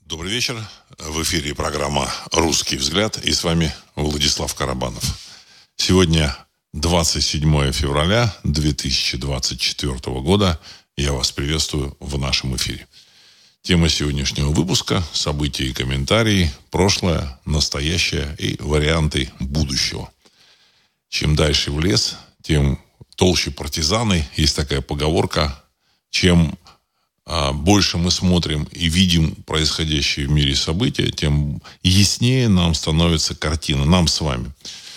Добрый вечер. В эфире программа «Русский взгляд». И с вами Владислав Карабанов. Сегодня 27 февраля 2024 года. Я вас приветствую в нашем эфире. Тема сегодняшнего выпуска – события и комментарии, прошлое, настоящее и варианты будущего. Чем дальше в лес, тем толще партизаны. Есть такая поговорка. Чем больше мы смотрим и видим происходящие в мире события, тем яснее нам становится картина, нам с вами.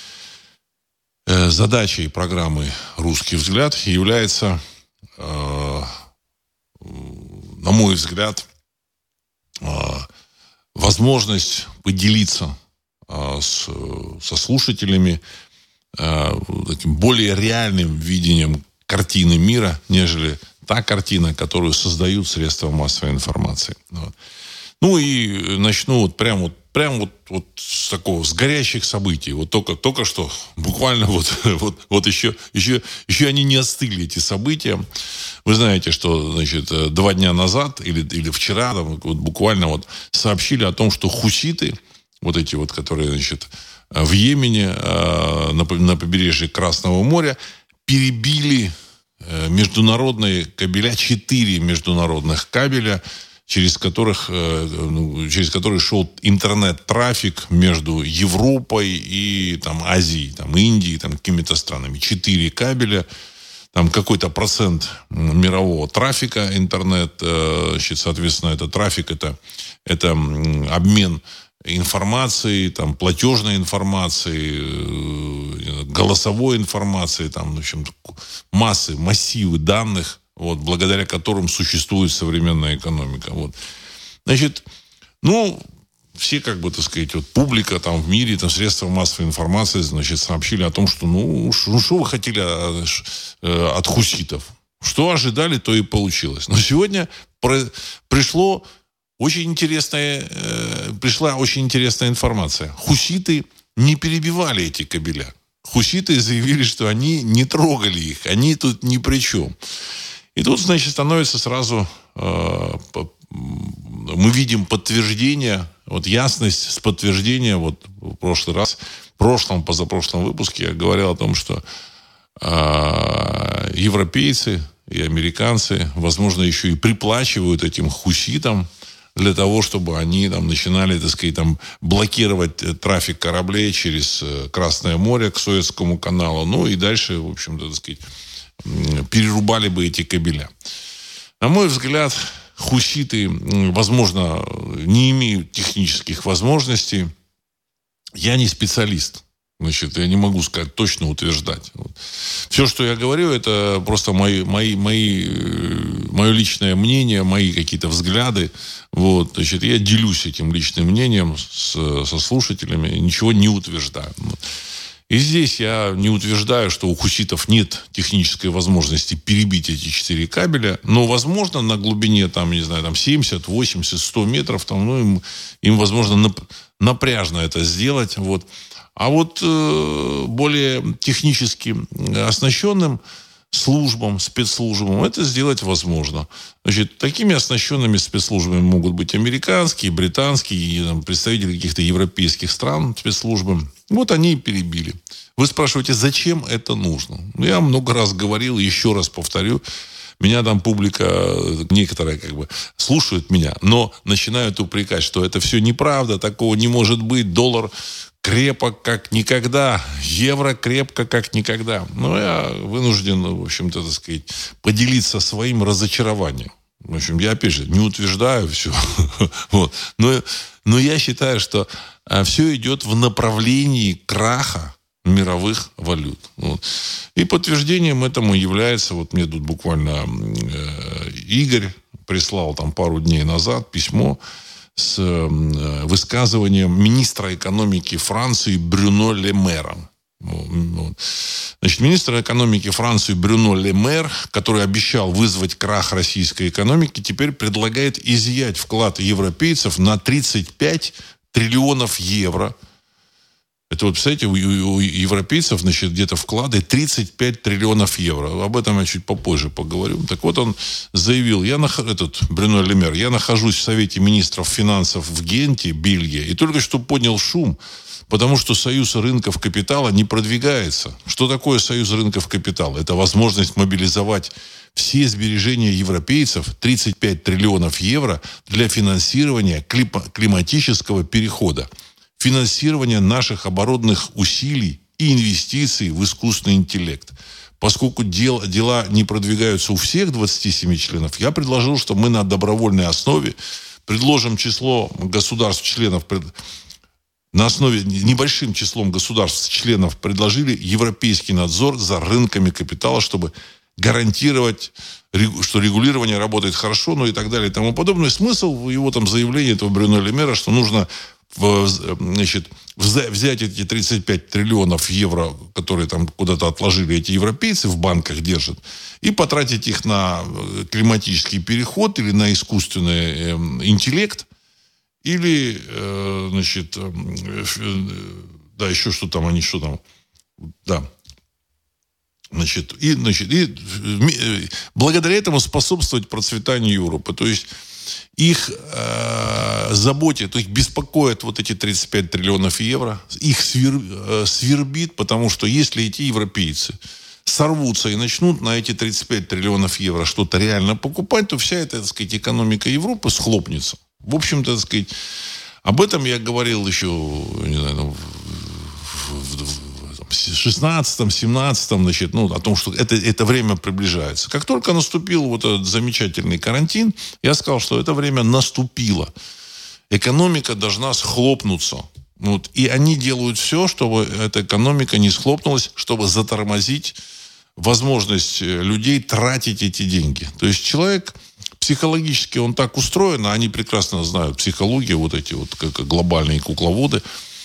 Задачей программы «Русский взгляд» является, на мой взгляд, возможность поделиться со слушателями таким более реальным видением картины мира, нежели та картина, которую создают средства массовой информации. Вот. Ну и начну прям с такого, с горящих событий. Вот только что, буквально еще они не остыли, эти события. Вы знаете, что, значит, 2 дня назад или вчера буквально сообщили о том, что хуситы, которые, значит, в Йемене, на побережье Красного моря, перебили международные кабеля, 4 международных кабеля, через которые шел интернет-трафик между Европой и Азией, Индией, какими-то странами. 4 кабеля, какой-то процент мирового трафика интернет, соответственно, это трафик, это обмен информации, платежной информации, голосовой информации, в общем, массивы данных, благодаря которым существует современная экономика. Значит, все, публика в мире, средства массовой информации, сообщили о том, что, что вы хотели от хуситов? Что ожидали, то и получилось. Но сегодня пришла очень интересная информация. Хуситы не перебивали эти кабеля. Хуситы заявили, что они не трогали их. Они тут ни при чем. И тут, становится сразу... мы видим подтверждение, ясность с подтверждения. В позапрошлом выпуске я говорил о том, что европейцы и американцы, возможно, еще и приплачивают этим хуситам для того, чтобы они начинали, блокировать трафик кораблей через Красное море к Суэцкому каналу. И дальше, в общем-то, перерубали бы эти кабеля. На мой взгляд, хуситы, возможно, не имеют технических возможностей. Я не специалист. Я не могу сказать, точно утверждать. Все, что я говорю, это просто мое личное мнение, мои какие-то взгляды. Я делюсь этим личным мнением со слушателями, ничего не утверждаю. И здесь я не утверждаю, что у хуситов нет технической возможности перебить эти 4 кабеля, но, возможно, на глубине, 70, 80, 100 метров, им возможно, напряжно это сделать. А более технически оснащенным службам, спецслужбам это сделать возможно. Такими оснащенными спецслужбами могут быть американские, британские, представители каких-то европейских стран спецслужбы. Они и перебили. Вы спрашиваете, зачем это нужно? Я много раз говорил, еще раз повторю. Меня публика, некоторые слушают меня, но начинают упрекать, что это все неправда, такого не может быть, доллар крепок как никогда, евро крепко как никогда. Но я вынужден, в общем-то, поделиться своим разочарованием. В общем, я, опять же, не утверждаю все. Но я считаю, что все идет в направлении краха мировых валют. И подтверждением этому является, мне тут буквально Игорь прислал пару дней назад письмо с высказыванием министра экономики Франции Брюно Ле Мэра. Министр экономики Франции Брюно Ле Мэр, который обещал вызвать крах российской экономики, теперь предлагает изъять вклад европейцев на 35 триллионов евро. Это вот, представляете, у европейцев, значит, где-то вклады 35 триллионов евро. Об этом я чуть попозже поговорю. Так вот, он заявил, Брюно Ле Мер, я нахожусь в Совете министров финансов в Генте, Бельгия, и только что поднял шум, потому что союз рынков капитала не продвигается. Что такое союз рынков капитала? Это возможность мобилизовать все сбережения европейцев, 35 триллионов евро, для финансирования климатического перехода, финансирования наших оборонных усилий и инвестиций в искусственный интеллект. Поскольку дела не продвигаются у всех 27 членов, я предложил, что мы на добровольной основе предложим число государств-членов, на основе небольшим числом государств-членов предложили европейский надзор за рынками капитала, чтобы гарантировать, что регулирование работает хорошо, ну и так далее и тому подобное. Смысл его там заявления этого Брюно Ле Мера, что нужно взять эти 35 триллионов евро, которые там куда-то отложили эти европейцы, в банках держат, и потратить их на климатический переход или на искусственный интеллект, или, еще что там, и благодаря этому способствовать процветанию Европы. То есть их заботит, их беспокоят вот эти 35 триллионов евро, их свербит, потому что если эти европейцы сорвутся и начнут на эти 35 триллионов евро что-то реально покупать, то вся эта, так сказать, экономика Европы схлопнется. В общем-то, так сказать, об этом я говорил еще, не знаю, в 16-м, 17-м, о том, что это время приближается. Как только наступил вот этот замечательный карантин, я сказал, что это время наступило. Экономика должна схлопнуться. И они делают все, чтобы эта экономика не схлопнулась, чтобы затормозить возможность людей тратить эти деньги. То есть человек психологически, он так устроен, а они прекрасно знают психологию, вот эти вот как глобальные кукловоды,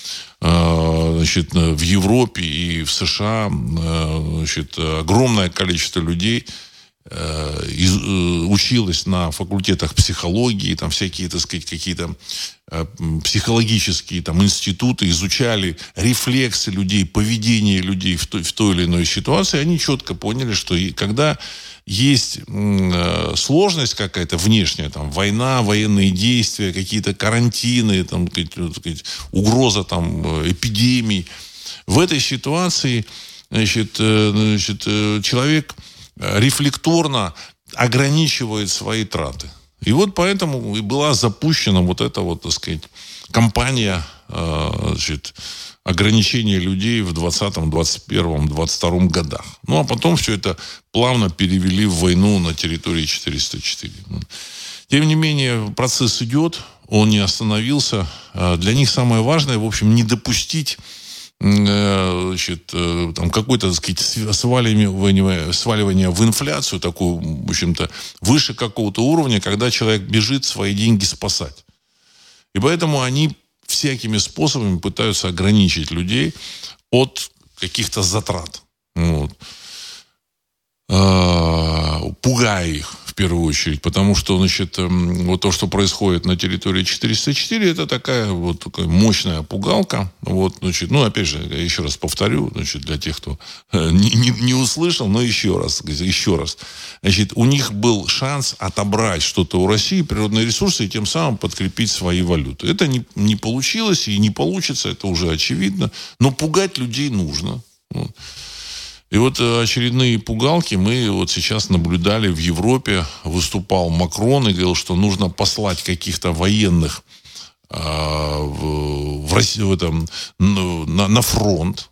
в Европе и в США, огромное количество людей училось на факультетах психологии, там всякие, так сказать, какие-то психологические там институты, изучали рефлексы людей, поведение людей в той или иной ситуации, они четко поняли, что когда есть сложность какая-то внешняя, там, война, военные действия, какие-то карантины, там, угроза там, эпидемий. В этой ситуации человек рефлекторно ограничивает свои траты. И вот поэтому и была запущена вот эта вот, так сказать, кампания ограничения людей в 2020, 2021, 2022 годах. А потом все это плавно перевели в войну на территории 404. Тем не менее, процесс идет, он не остановился. Для них самое важное, в общем, не допустить какое-то, так сказать, сваливание в инфляцию, такую, в общем-то, выше какого-то уровня, когда человек бежит свои деньги спасать. И поэтому они всякими способами пытаются ограничить людей от каких-то затрат. Пугая их, в первую очередь, потому что, вот то, что происходит на территории 404, это такая мощная пугалка. Опять же, я еще раз повторю, для тех, кто не услышал, но еще раз. У них был шанс отобрать что-то у России, природные ресурсы, и тем самым подкрепить свои валюты. Это не получилось и не получится, это уже очевидно. Но пугать людей нужно. И вот очередные пугалки мы вот сейчас наблюдали в Европе. Выступал Макрон и говорил, что нужно послать каких-то военных в Россию, на фронт.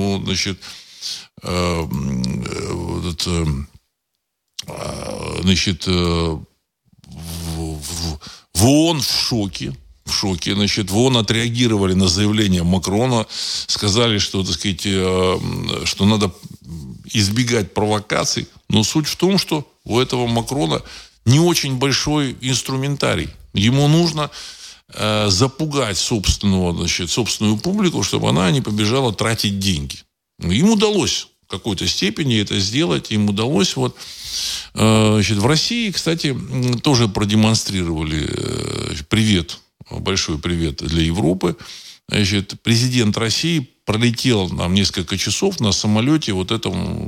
В ООН в шоке. В ООН отреагировали на заявление Макрона, сказали, что, так сказать, что надо избегать провокаций. Но суть в том, что у этого Макрона не очень большой инструментарий. Ему нужно запугать собственную публику, чтобы она не побежала тратить деньги. Им удалось в какой-то степени это сделать. Им удалось. В России, кстати, тоже продемонстрировали большой привет для Европы. Президент России пролетел там несколько часов на самолете вот этом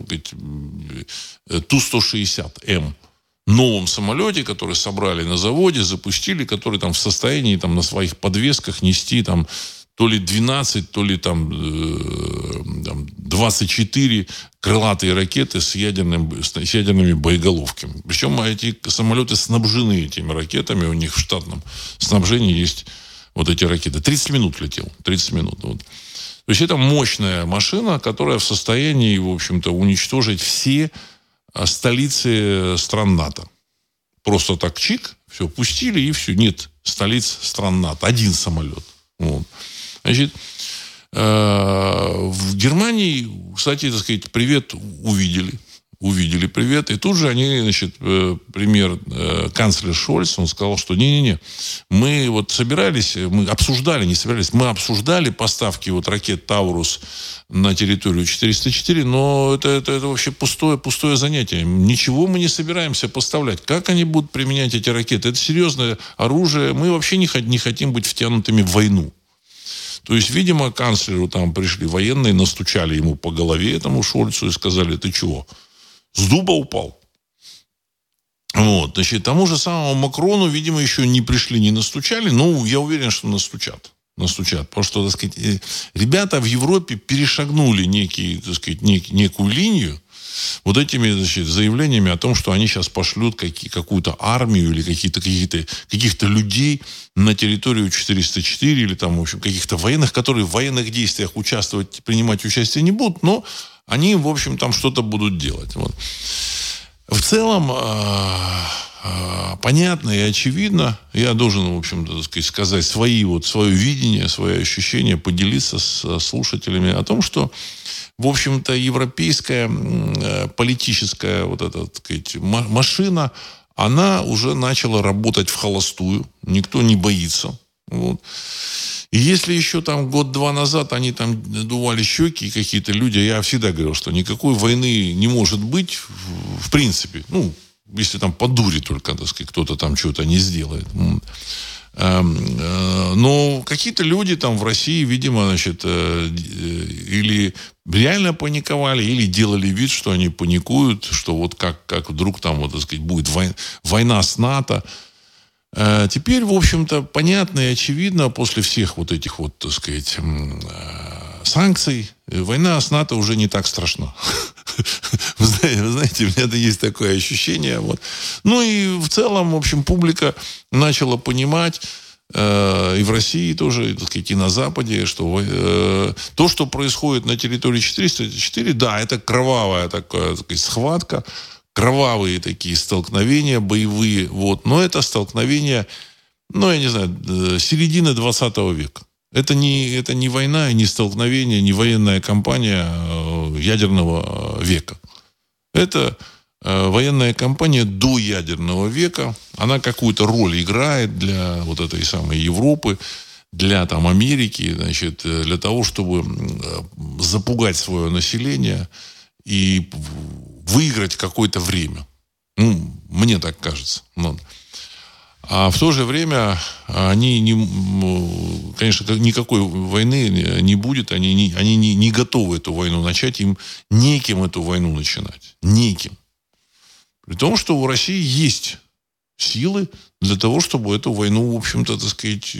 Ту-160М. Новом самолете, который собрали на заводе, запустили, который там в состоянии там, на своих подвесках нести там то ли 12, то ли там 24 крылатые ракеты с ядерными боеголовками. Причем эти самолеты снабжены этими ракетами. У них в штатном снабжении есть вот эти ракеты. 30 минут летел. 30 минут. Вот. То есть это мощная машина, которая в состоянии, в общем-то, уничтожить все столицы стран НАТО. Просто так чик, все, пустили и все. Нет столиц стран НАТО. Один самолет. Вот. Значит, в Германии, кстати, так сказать, привет увидели привет. И тут же они, значит, канцлер Шольц, он сказал, что не-не-не, мы вот мы обсуждали поставки вот ракет «Таурус» на территорию 404, но это вообще пустое занятие. Ничего мы не собираемся поставлять. Как они будут применять эти ракеты? Это серьезное оружие. Мы вообще не хотим быть втянутыми в войну. То есть, видимо, канцлеру там пришли военные, настучали ему по голове, этому Шольцу, и сказали: ты чего? С дуба упал. Вот. Значит, тому же самому Макрону, видимо, еще не пришли, не настучали. Но я уверен, что настучат. Потому что, так сказать, ребята в Европе перешагнули некую линию вот этими, значит, заявлениями о том, что они сейчас пошлют какую-то армию или каких-то людей на территорию 404 или там, в общем, каких-то военных, которые в военных действиях принимать участие не будут, но они, в общем, там что-то будут делать. Вот. В целом, понятно и очевидно, я должен, в общем-то, так сказать, сказать свое видение, свои ощущения, поделиться с слушателями о том, что, в общем-то, европейская политическая вот эта, так сказать, машина, она уже начала работать в холостую. Никто не боится. Вот. И если еще там год-два назад они там дували щеки, какие-то люди, я всегда говорил, что никакой войны не может быть в принципе. Ну, если там по дуре только, так сказать, кто-то там что-то не сделает. Но какие-то люди там в России, видимо, значит, или реально паниковали, или делали вид, что они паникуют, что вот как вдруг там, вот, так сказать, будет война с НАТО. Теперь, в общем-то, понятно и очевидно, после всех вот этих вот, так сказать, санкций, война с НАТО уже не так страшна. Вы знаете, у меня есть такое ощущение. Вот. Ну и в целом, в общем, публика начала понимать, и в России тоже, так сказать, и на Западе, что то, что происходит на территории 404, да, это кровавая такая, так сказать, схватка, кровавые такие столкновения боевые, вот. Но это столкновения, ну, я не знаю, середины 20 века. Это не война, не столкновение, не военная кампания ядерного века. Это военная кампания до ядерного века. Она какую-то роль играет для вот этой самой Европы, для там Америки, значит, для того, чтобы запугать свое население и выиграть какое-то время. Ну, мне так кажется. А в то же время конечно, никакой войны не будет. Они не готовы эту войну начать. Им неким эту войну начинать. Неким. При том, что у России есть силы для того, чтобы эту войну, в общем-то, так сказать,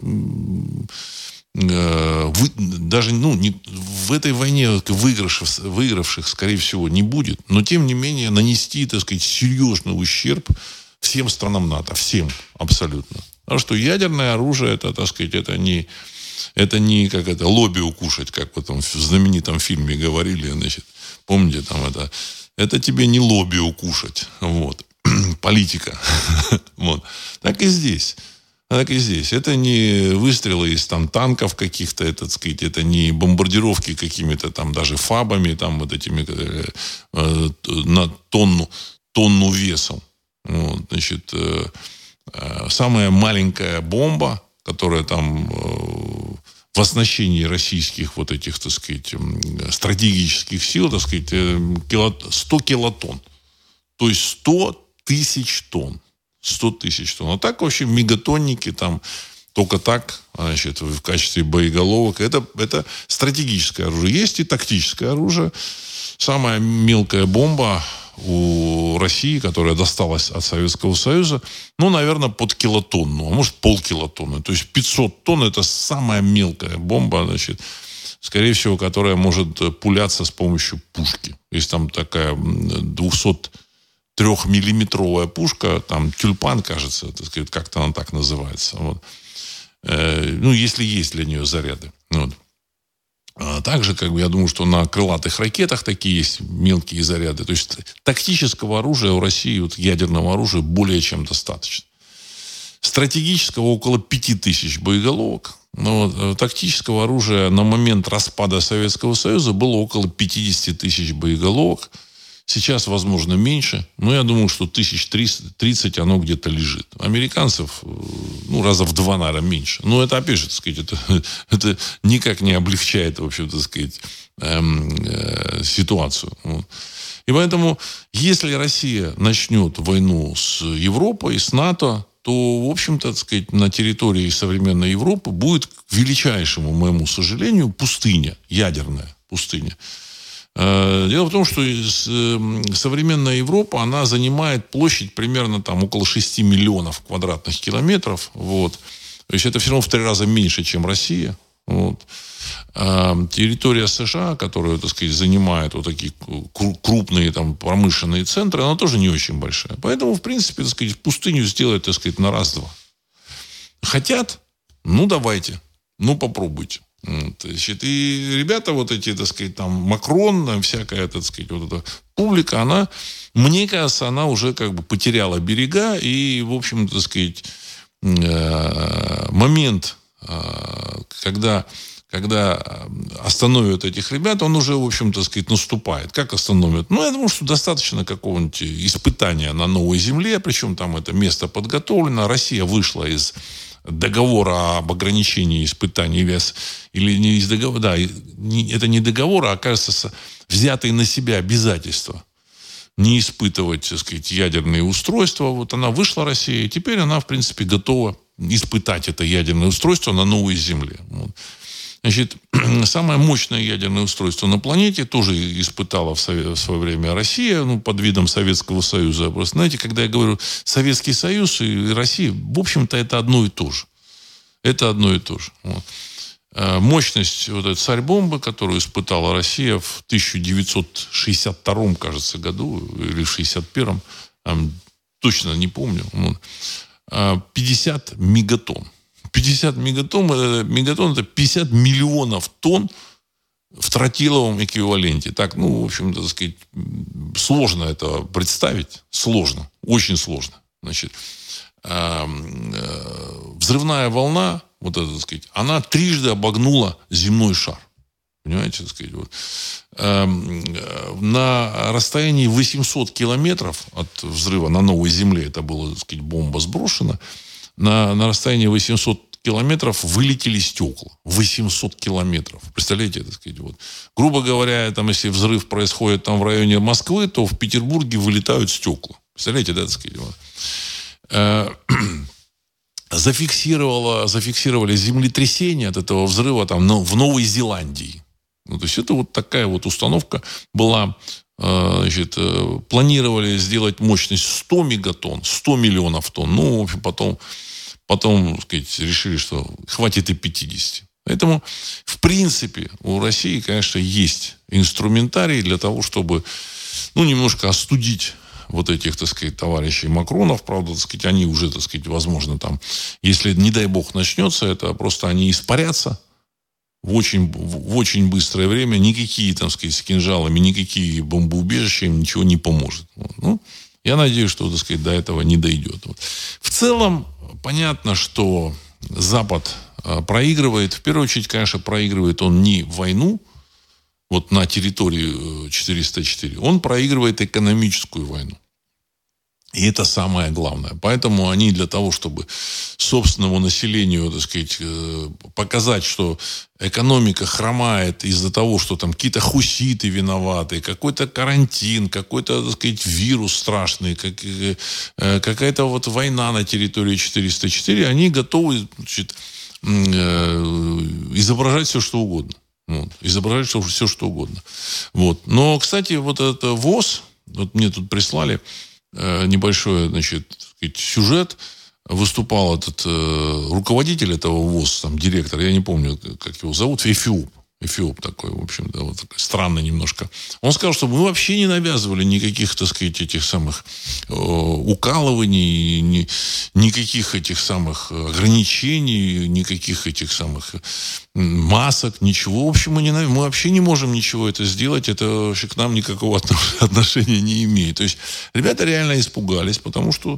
даже в этой войне выигравших, скорее всего, не будет. Но, тем не менее, нанести, так сказать, серьезный ущерб всем странам НАТО. Всем абсолютно. Потому что ядерное оружие, это, так сказать, это не как это лобби укушать, как в этом знаменитом фильме говорили, значит. Помните, там это тебе не лобби укушать. Вот. Политика. Вот. Так и здесь. Это не выстрелы из там танков каких-то, это, так сказать, это не бомбардировки какими-то там даже фабами, там вот этими на тонну весом. Вот, значит, самая маленькая бомба, которая там в оснащении российских вот этих, так сказать, стратегических сил, так сказать, 100 килотонн. То есть 100 тысяч тонн. 100 тысяч тонн. А так вообще мегатонники там только так, значит, в качестве боеголовок. Это стратегическое оружие. Есть и тактическое оружие. Самая мелкая бомба у России, которая досталась от Советского Союза, наверное, под килотонну, а может, полкилотонны. То есть 500 тонн – это самая мелкая бомба, значит, скорее всего, которая может пуляться с помощью пушки. Есть там такая 203-миллиметровая пушка, там тюльпан, кажется, так сказать, как-то она так называется. Вот. Если есть для нее заряды. Вот. А также, я думаю, что на крылатых ракетах такие есть мелкие заряды. То есть тактического оружия у России, ядерного оружия, более чем достаточно. Стратегического около 5000 боеголовок. Но тактического оружия на момент распада Советского Союза было около 50 тысяч боеголовок. Сейчас, возможно, меньше. Но я думаю, что 1030 оно где-то лежит. Американцев, раза в 2, наверное, меньше. Но это, опять же, так сказать, это никак не облегчает, в общем, так сказать, ситуацию. И поэтому, если Россия начнет войну с Европой, с НАТО, то, в общем-то, так сказать, на территории современной Европы будет, к величайшему моему сожалению, пустыня, ядерная пустыня. Дело в том, что современная Европа, она занимает площадь примерно около 6 миллионов квадратных километров. Вот. То есть это все равно в 3 раза меньше, чем Россия. Вот. Территория США, которая, так сказать, занимает такие крупные промышленные центры, она тоже не очень большая. Поэтому, в принципе, так сказать, пустыню сделать, так сказать, на раз-два. Хотят? Давайте. Попробуйте. Значит, и ребята эти, так сказать, Макрон, всякая, так сказать, эта публика, она, мне кажется, она уже потеряла берега, и, в общем, так сказать, момент, когда остановят этих ребят, он уже, в общем, так сказать, наступает. Как остановят? Я думаю, что достаточно какого-нибудь испытания на новой земле, причем там это место подготовлено. Россия вышла из договора об ограничении испытаний или не из договора, да, это не договор, а, кажется, взятые на себя обязательства не испытывать, так сказать, ядерные устройства. Она вышла, Россия, и теперь она, в принципе, готова испытать это ядерное устройство на новой земле. Значит, самое мощное ядерное устройство на планете тоже испытала в свое время Россия, под видом Советского Союза. Просто, знаете, когда я говорю Советский Союз и Россия, в общем-то, это одно и то же. Это одно и то же. Вот. Мощность этой царь-бомбы, которую испытала Россия в 1962, кажется, году, или в 1961, точно не помню, 50 мегатонн. 50 мегатонн – это 50 миллионов тонн в тротиловом эквиваленте. Так, в общем-то, так сказать, сложно это представить. Сложно. Очень сложно. Значит, взрывная волна, так сказать, она трижды обогнула земной шар. Понимаете, так сказать, на расстоянии 800 километров от взрыва на новой земле, это была, так сказать, бомба сброшена, на расстоянии 800 километров вылетели стекла. 800 километров. Представляете, так сказать, грубо говоря, если взрыв происходит в районе Москвы, то в Петербурге вылетают стекла. Представляете, да, так сказать, зафиксировали землетрясение от этого взрыва в Новой Зеландии. То есть это такая установка была. Значит, планировали сделать мощность 100 мегатонн, 100 миллионов тонн. В общем, потом, так сказать, решили, что хватит и 50. Поэтому, в принципе, у России, конечно, есть инструментарий для того, чтобы, немножко остудить этих, так сказать, товарищей Макронов. Правда, так сказать, они уже, так сказать, возможно, если, не дай бог, начнется, это просто они испарятся в очень быстрое время. Никакие, так сказать, с кинжалами, никакие бомбоубежища им ничего не поможет. Я надеюсь, что, так сказать, до этого не дойдет. В целом, понятно, что Запад проигрывает. В первую очередь, конечно, проигрывает он не войну на территории 404. Он проигрывает экономическую войну. И это самое главное. Поэтому они для того, чтобы собственному населению, так сказать, показать, что экономика хромает из-за того, что какие-то хуситы виноваты, какой-то карантин, какой-то, так сказать, вирус страшный, какая-то война на территории 404, они готовы, значит, изображать все, что угодно. Вот. Изображать все, что угодно. Вот. Но, кстати, вот это ВОЗ, вот мне тут прислали небольшой, значит, сюжет. Выступал этот руководитель этого ВОЗ, там, директор, я не помню, как его зовут, Эфиоп такой, в общем, да, вот такой странный немножко. Он сказал, что мы вообще не навязывали никаких, так сказать, этих самых укалываний, никаких этих самых ограничений, никаких этих самых масок, ничего. В общем, мы вообще не можем ничего это сделать. Это вообще к нам никакого отношения не имеет. То есть ребята реально испугались, потому что,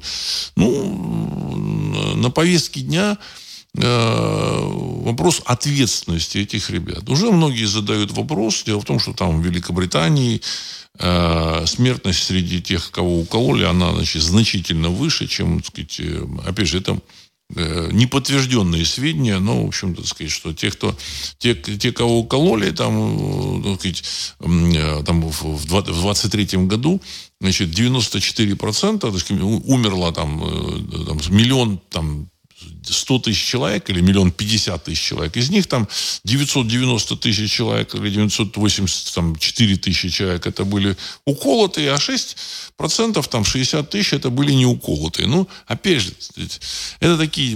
на повестке дня вопрос ответственности этих ребят. Уже многие задают вопрос. Дело в том, что там в Великобритании смертность среди тех, кого укололи, она, значит, значительно выше, чем, так сказать, опять же, это неподтвержденные сведения, но, в общем-то, так сказать, что те, кого укололи, там, так сказать, там в 23-м году, значит, 94%, так сказать, умерло там миллион, там, 100 тысяч человек или 1 050 000 человек. Из них там 990 тысяч человек или 984 тысячи человек это были уколотые, а 6%, там 60 тысяч это были не уколотые. Ну, опять же, это такие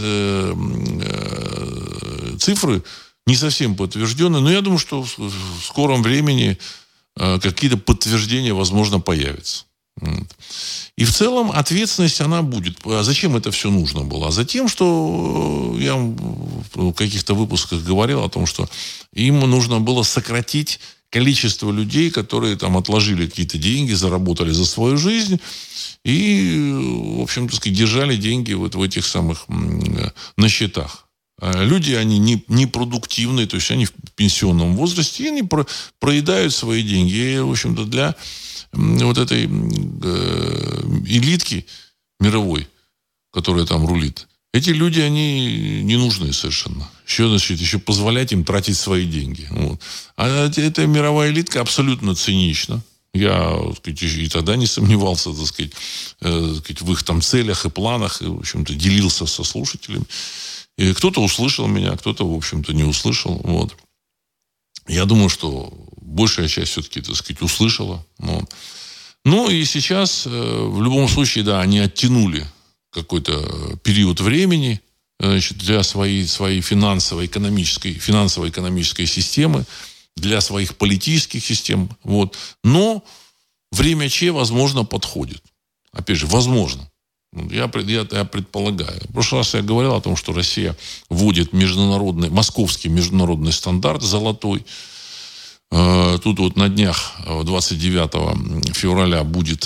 цифры не совсем подтвержденные, но я думаю, что в скором времени какие-то подтверждения, возможно, появятся. И в целом ответственность она будет. А зачем это все нужно было? А затем, что я в каких-то выпусках говорил о том, что им нужно было сократить количество людей, которые там отложили какие-то деньги, заработали за свою жизнь и, в общем, так сказать, держали деньги вот в этих самых на счетах. Люди, они непродуктивные, то есть они в пенсионном возрасте, и они проедают свои деньги. И, в общем-то, для вот этой элитки мировой, которая там рулит, эти люди, они не нужны совершенно. Еще позволять им тратить свои деньги. Вот. А эта мировая элитка абсолютно цинична. Я, так сказать, и тогда не сомневался, так сказать, в их там целях и планах, и, в общем-то, делился со слушателями. И кто-то услышал меня, кто-то, в общем-то, не услышал. Вот. Я думаю, что большая часть все-таки, так сказать, услышала. Вот. Ну, и сейчас, в любом случае, да, они оттянули какой-то период времени, значит, для своей финансово-экономической системы, для своих политических систем. Вот. Но время Че, возможно, подходит. Опять же, возможно. Я предполагаю. В прошлый раз я говорил о том, что Россия вводит московский международный стандарт золотой. Тут вот на днях, 29 февраля, будет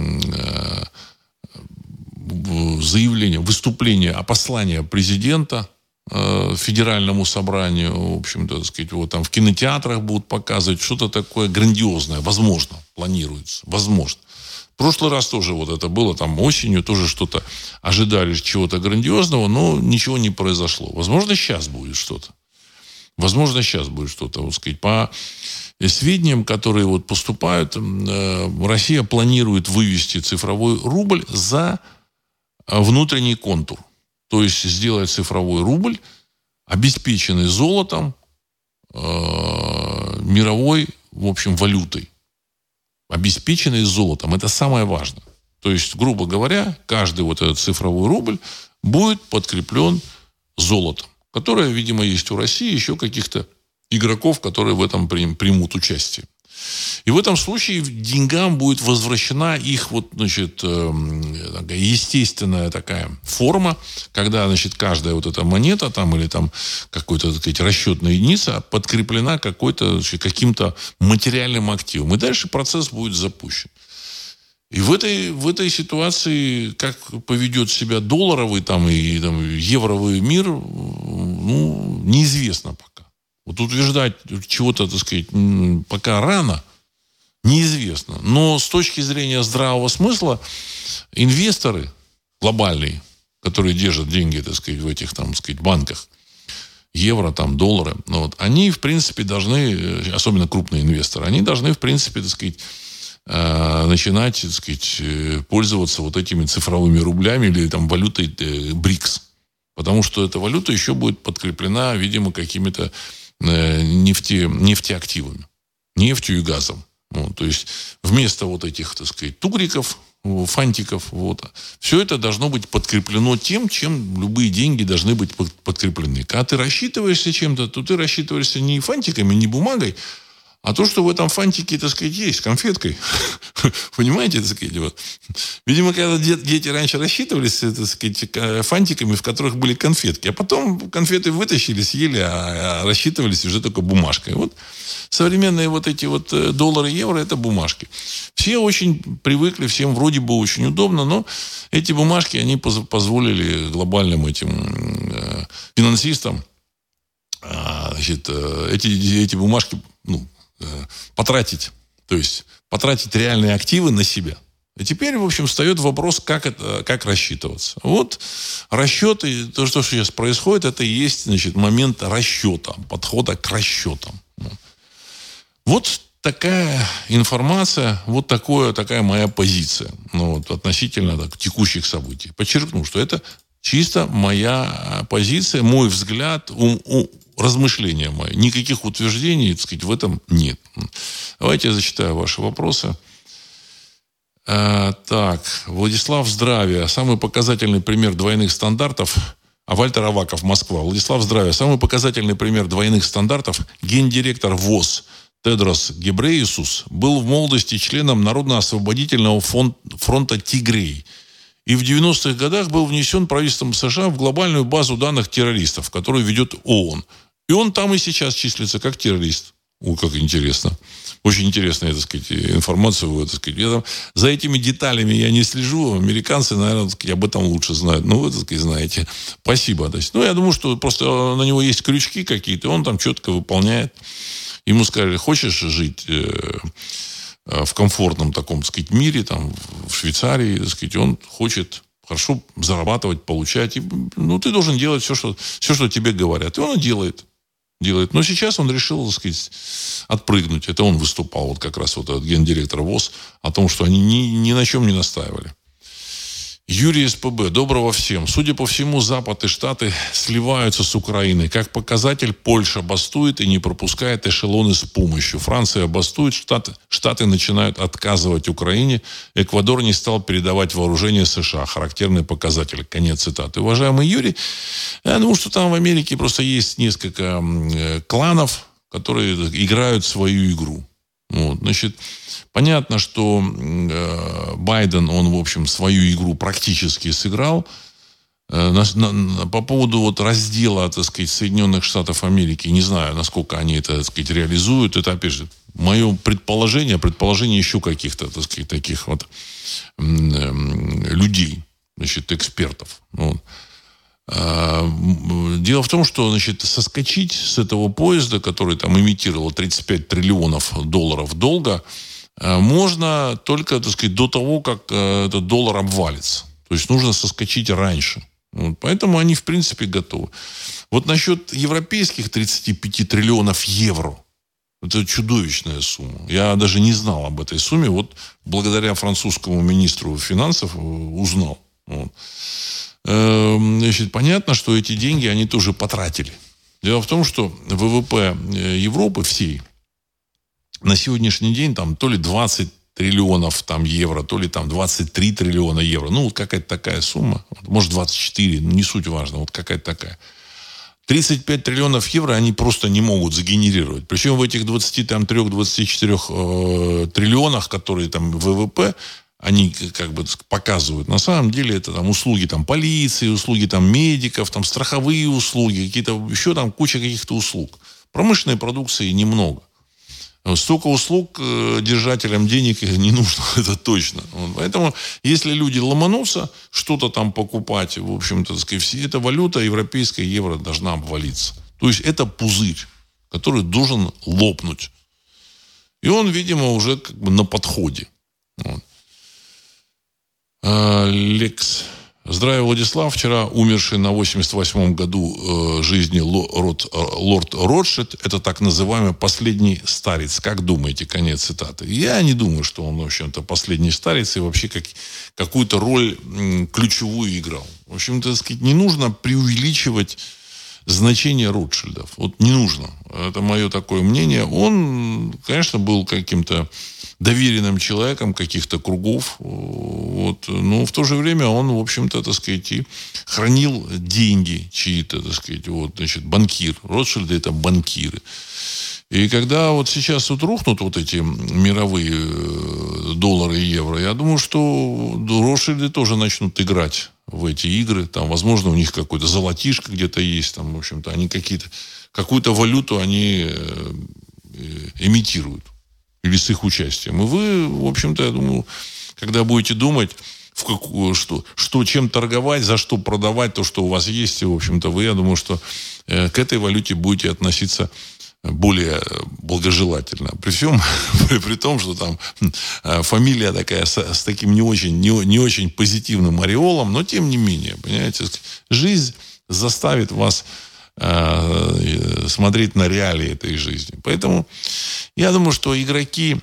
выступление, послание президента Федеральному собранию. В общем-то, так сказать, вот там в кинотеатрах будут показывать что-то такое грандиозное. Возможно, планируется. Возможно. В прошлый раз тоже вот это было, там осенью тоже что-то ожидали, чего-то грандиозного, но ничего не произошло. Возможно, сейчас будет что-то. Вот сказать, по сведениям, которые вот поступают, Россия планирует вывести цифровой рубль за внутренний контур. То есть сделать цифровой рубль, обеспеченный золотом, мировой, в общем, валютой. Обеспеченный золотом. Это самое важное. То есть, грубо говоря, каждый вот этот цифровой рубль будет подкреплен золотом, которое, видимо, есть у России, еще каких-то игроков, которые в этом примут участие. И в этом случае деньгам будет возвращена их вот, значит, естественная такая форма, когда, значит, каждая вот эта монета там, или там какой-то, так сказать, расчетная единица подкреплена каким-то материальным активом. И дальше процесс будет запущен. И в этой ситуации, как поведет себя долларовый там, и там, евровый мир, неизвестно пока. Вот утверждать чего-то, так сказать, пока рано, неизвестно. Но с точки зрения здравого смысла, инвесторы глобальные, которые держат деньги, так сказать, в этих, там, так сказать, банках, евро, там, доллары, они, в принципе, должны, особенно крупные инвесторы, они должны, в принципе, так сказать, начинать, так сказать, пользоваться вот этими цифровыми рублями или там валютой БРИКС. Потому что эта валюта еще будет подкреплена, видимо, какими-то нефтеактивами. Нефтью и газом. Вот, то есть вместо вот этих, так сказать, тугриков, фантиков, вот, все это должно быть подкреплено тем, чем любые деньги должны быть подкреплены. Когда ты рассчитываешься чем-то, то ты рассчитываешься не фантиками, не бумагой, а то, что в этом фантике, так сказать, есть, конфеткой. Понимаете, так сказать, вот. Видимо, когда дети раньше рассчитывались, так сказать, фантиками, в которых были конфетки, а потом конфеты вытащили, съели, а рассчитывались уже только бумажкой. Вот современные вот эти вот доллары, евро – это бумажки. Все очень привыкли, всем вроде бы очень удобно, но эти бумажки, они позволили глобальным этим финансистам, значит, эти бумажки, потратить. То есть потратить реальные активы на себя. И теперь, в общем, встает вопрос, как рассчитываться. Вот расчеты, то, что сейчас происходит, это и есть, значит, момент расчета, подхода к расчетам. Вот такая информация, вот такая моя позиция относительно текущих событий. Подчеркну, что это чисто моя позиция, мой взгляд, размышления мои. Никаких утверждений, так сказать, в этом нет. Давайте я зачитаю ваши вопросы. Так, Владислав, здравия. Самый показательный пример двойных стандартов. Вальтер Аваков, Москва. Владислав, здравия. Самый показательный пример двойных стандартов. Гендиректор ВОЗ Тедрос Гебрейесус был в молодости членом Народно-освободительного фронта «Тигрей». И в 90-х годах был внесен правительством США в глобальную базу данных террористов, которую ведет ООН. И он там и сейчас числится как террорист. Как интересно. Очень интересная, так сказать, информация. Так сказать. За этими деталями я не слежу. Американцы, наверное, так сказать, об этом лучше знают. Вы, так сказать, знаете. Спасибо. То есть, я думаю, что просто на него есть крючки какие-то, и он там четко выполняет. Ему сказали, хочешь жить в комфортном таком, так сказать, мире, там, в Швейцарии, так сказать, он хочет хорошо зарабатывать, получать. И, ты должен делать все, что тебе говорят. И он делает. Но сейчас он решил, так сказать, отпрыгнуть. Это он выступал, как раз этот гендиректор ВОЗ, о том, что они ни на чем не настаивали. Юрий СПБ. Доброго всем. Судя по всему, Запад и Штаты сливаются с Украиной. Как показатель, Польша бастует и не пропускает эшелоны с помощью. Франция бастует, Штаты начинают отказывать Украине. Эквадор не стал передавать вооружение США. Характерный показатель. Конец цитаты. Уважаемый Юрий, я думаю, что там в Америке просто есть несколько кланов, которые играют свою игру. Значит, понятно, что Байден, он, в общем, свою игру практически сыграл. По поводу раздела, так сказать, Соединенных Штатов Америки, не знаю, насколько они это, так сказать, реализуют. Это, опять же, мое предположение еще каких-то, так сказать, таких людей, значит, экспертов. Дело в том, что, значит, соскочить с этого поезда, который там имитировал 35 триллионов долларов долга, можно только, так сказать, до того, как этот доллар обвалится. То есть нужно соскочить раньше. Поэтому они, в принципе, готовы. Насчет европейских 35 триллионов евро, это чудовищная сумма. Я даже не знал об этой сумме. Благодаря французскому министру финансов узнал. Значит, понятно, что эти деньги они тоже потратили. Дело в том, что ВВП Европы всей на сегодняшний день там то ли 20 триллионов там, евро, то ли там 23 триллиона евро. Какая-то такая сумма. Может, 24, не суть важно. Какая-то такая. 35 триллионов евро они просто не могут загенерировать. Причем в этих 23-24 триллионах, которые там ВВП, они как бы показывают. На самом деле это там услуги там, полиции, услуги там, медиков, там, страховые услуги, какие-то еще там куча каких-то услуг. Промышленной продукции немного. Столько услуг держателям денег не нужно, это точно. Поэтому, если люди ломанутся, что-то там покупать, в общем-то, так сказать, эта валюта, европейская евро, должна обвалиться. То есть это пузырь, который должен лопнуть. И он, видимо, уже как бы на подходе. Лекс Здравия, Владислав. Вчера умерший на 88-м году жизни лорд Ротшильд, это так называемый последний старец. Как думаете? Конец цитаты. Я не думаю, что он, в общем-то, последний старец и вообще какую-то роль ключевую играл. В общем-то, так сказать, не нужно преувеличивать значение Ротшильдов. Вот не нужно. Это мое такое мнение. Он, конечно, был каким-то доверенным человеком каких-то кругов. Вот. Но в то же время он, в общем-то, так сказать, и хранил деньги чьи-то, так сказать. Вот, значит, банкир. Ротшильды – это банкиры. И когда вот сейчас вот рухнут вот эти мировые доллары и евро, я думаю, что Ротшильды тоже начнут играть в эти игры. Там, возможно, у них какой-то золотишко где-то есть. Там, в общем-то, они какую-то валюту они имитируют. Или с их участием. И вы, в общем-то, я думаю, когда будете думать, чем торговать, за что продавать то, что у вас есть, в общем-то, вы, я думаю, что к этой валюте будете относиться более благожелательно. При том, что там фамилия такая с таким не очень позитивным ореолом, но тем не менее, понимаете, жизнь заставит вас смотреть на реалии этой жизни. Поэтому я думаю, что игроки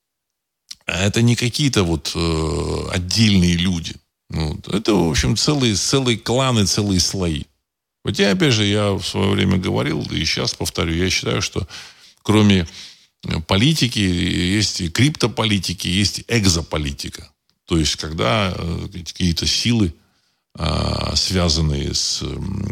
это не какие-то вот отдельные люди. Вот. Это, в общем, целые кланы, целые слои. Хотя, опять же, я в свое время говорил, и сейчас повторю, я считаю, что кроме политики есть и криптополитики, есть экзополитика. То есть, когда какие-то силы, связанные с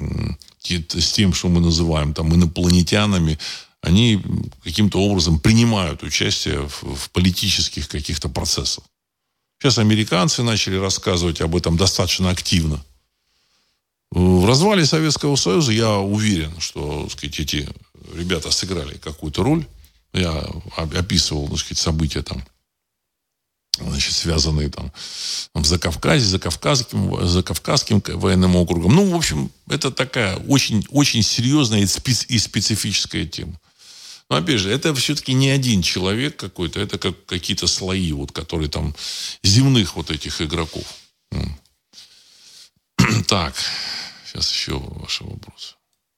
тем, что мы называем там инопланетянами, они каким-то образом принимают участие в политических каких-то процессах. Сейчас американцы начали рассказывать об этом достаточно активно. В развале Советского Союза я уверен, что, так сказать, эти ребята сыграли какую-то роль. Я описывал, так сказать, события там, значит, связанные там в Закавказье, за Кавказским военным округом. Ну, в общем, это такая очень, очень серьезная и специфическая тема. Но, опять же, это все-таки не один человек какой-то, это как какие-то слои, вот, которые там земных вот этих игроков. Так, сейчас еще ваши вопросы.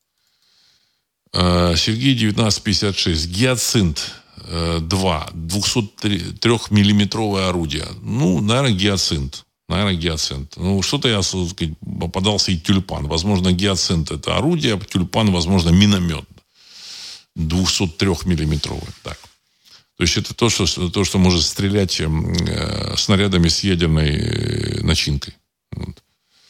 Сергей, 1956. Гиацинт 2. 203-миллиметровое орудие. Ну, наверное, гиацинт. Ну, что-то я, так сказать, попадался и тюльпан. Возможно, гиацинт это орудие, а тюльпан, возможно, миномет. 203-миллиметровый. Так. То есть это то, что может стрелять снарядами с ядерной начинкой. Вот.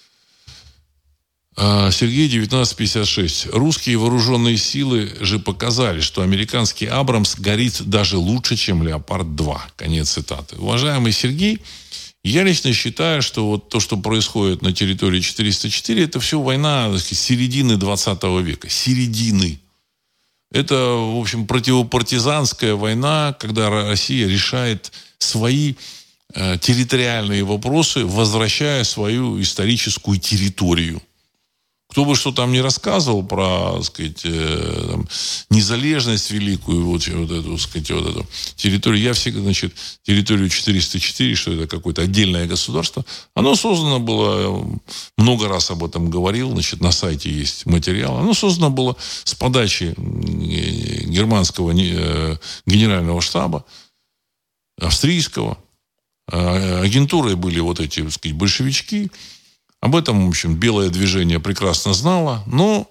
Сергей, 1956. Русские вооруженные силы же показали, что американский «Абрамс» горит даже лучше, чем «Леопард-2». Конец цитаты. Уважаемый Сергей, я лично считаю, что вот то, что происходит на территории 404, это все война, так сказать, середины 20 века. Середины. Это, в общем, противопартизанская война, когда Россия решает свои территориальные вопросы, возвращая свою историческую территорию. Кто бы что там ни рассказывал про, так сказать, там, незалежность великую, вот эту, так сказать, вот эту территорию, я всегда, значит, территорию 404, что это какое-то отдельное государство, оно создано было, много раз об этом говорил, значит, на сайте есть материал, оно создано было с подачи германского генерального штаба, австрийского, агентурой были вот эти, так сказать, большевички. Об этом, в общем, белое движение прекрасно знало, но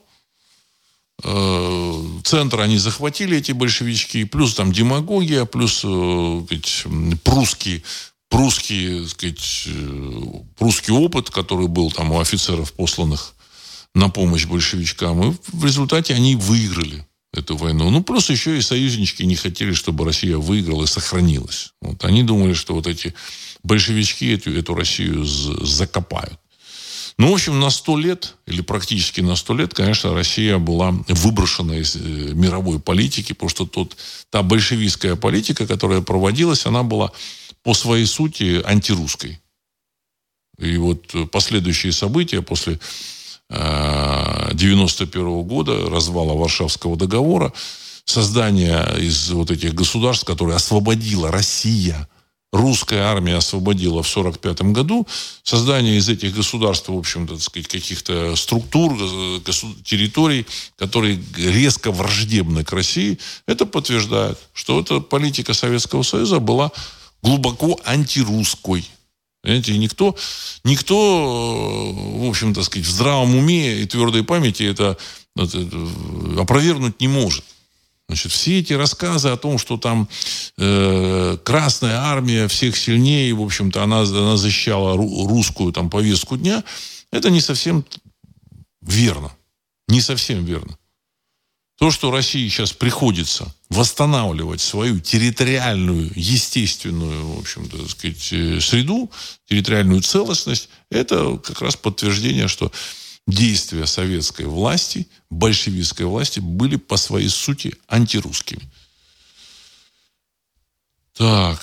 центр они захватили, эти большевички, плюс там демагогия, плюс сказать, прусский сказать, прусский опыт, который был там у офицеров, посланных на помощь большевичкам, и в результате они выиграли эту войну. Ну, плюс еще и союзнички не хотели, чтобы Россия выиграла и сохранилась. Вот. Они думали, что вот эти большевички эту Россию закопают. Ну, в общем, на 100 лет, или практически на 100 лет, конечно, Россия была выброшена из мировой политики, потому что та большевистская политика, которая проводилась, она была по своей сути антирусской. И вот последующие события после 1991 года, развала Варшавского договора, создание из вот этих государств, которые освободила Россия русская армия освободила в 1945 году, создание из этих государств, в общем-то, так сказать, каких-то структур, территорий, которые резко враждебны к России, это подтверждает, что эта политика Советского Союза была глубоко антирусской. Понимаете, никто, в общем, так сказать, в здравом уме и твердой памяти это опровергнуть не может. Значит, все эти рассказы о том, что там Красная Армия всех сильнее, в общем-то, она защищала русскую там повестку дня, это не совсем верно. Не совсем верно. То, что России сейчас приходится восстанавливать свою территориальную, естественную, в общем-то, так сказать, среду, территориальную целостность, это как раз подтверждение, что действия советской власти, большевистской власти были по своей сути антирусскими. Так.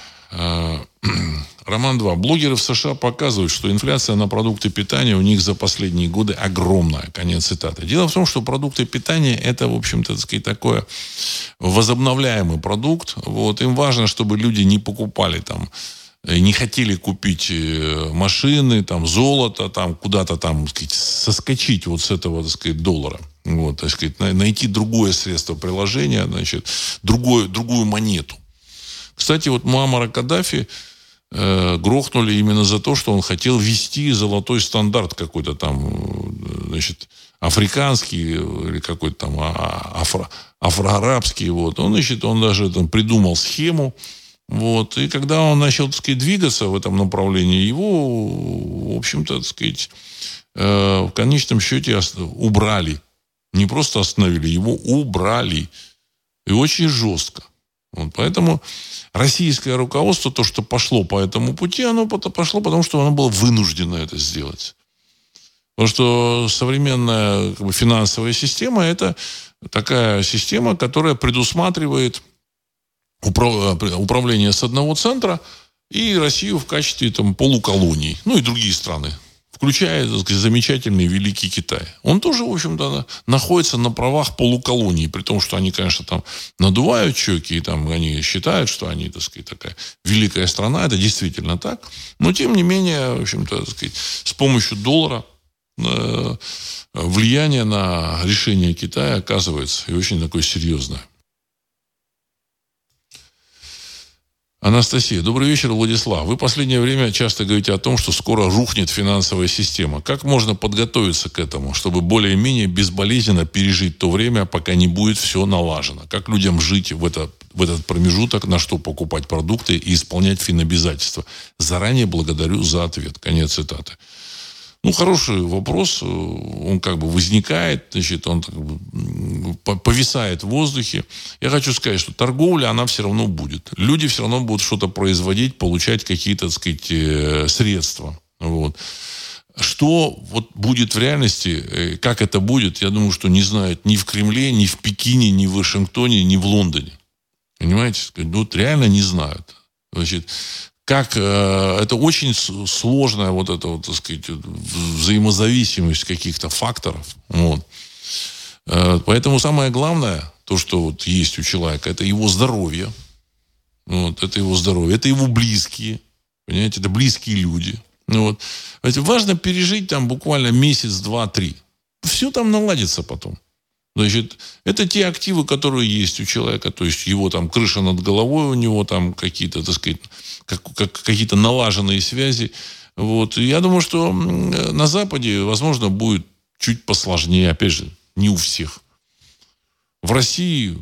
Роман 2. Блогеры в США показывают, что инфляция на продукты питания у них за последние годы огромная. Конец цитаты. Дело в том, что продукты питания это, в общем-то, так сказать, такой возобновляемый продукт. Вот. Им важно, чтобы люди не покупали там, не хотели купить машины, там, золото, там, куда-то там, так сказать, соскочить вот с этого, так сказать, доллара. Вот, так сказать, найти другое средство приложения, значит, другую монету. Кстати, вот Муаммара Каддафи грохнули именно за то, что он хотел ввести золотой стандарт какой-то там, значит, африканский или какой-то там афроарабский. Вот. Он даже там придумал схему. Вот. И когда он начал, так сказать, двигаться в этом направлении, его, в общем-то, так сказать, в конечном счете убрали. Не просто остановили, его убрали. И очень жестко. Вот. Поэтому российское руководство, то, что пошло по этому пути, оно пошло, потому что оно было вынуждено это сделать. Потому что современная финансовая система – это такая система, которая предусматривает управление с одного центра и Россию в качестве там, полуколоний. Ну и другие страны. Включая, так сказать, замечательный Великий Китай. Он тоже, в общем-то, находится на правах полуколонии, при том, что они, конечно, там надувают щеки, и там они считают, что они, так сказать, такая великая страна. Это действительно так. Но, тем не менее, в общем-то, так сказать, с помощью доллара влияние на решение Китая оказывается и очень такое серьезное. Анастасия. Добрый вечер, Владислав. Вы в последнее время часто говорите о том, что скоро рухнет финансовая система. Как можно подготовиться к этому, чтобы более-менее безболезненно пережить то время, пока не будет все налажено? Как людям жить в этот промежуток, на что покупать продукты и исполнять финобязательства? Заранее благодарю за ответ. Конец цитаты. Ну, хороший вопрос. Он как бы возникает, значит, он как бы повисает в воздухе. Я хочу сказать, что торговля, она все равно будет. Люди все равно будут что-то производить, получать какие-то, так сказать, средства. Вот. Что вот будет в реальности, как это будет, я думаю, что не знают ни в Кремле, ни в Пекине, ни в Вашингтоне, ни в Лондоне. Понимаете? Вот реально не знают. Значит, как это очень сложная вот эта вот, так сказать, взаимозависимость каких-то факторов. Вот. Поэтому самое главное, то, что вот есть у человека, это его здоровье. Вот, это его здоровье. Это его близкие. Понимаете, это близкие люди. Вот. Важно пережить там буквально месяц, два, три. Все там наладится потом. Значит, это те активы, которые есть у человека, то есть его там крыша над головой, у него там какие-то, так сказать, какие-то налаженные связи. Вот. И я думаю, что на Западе, возможно, будет чуть посложнее, опять же, не у всех. В России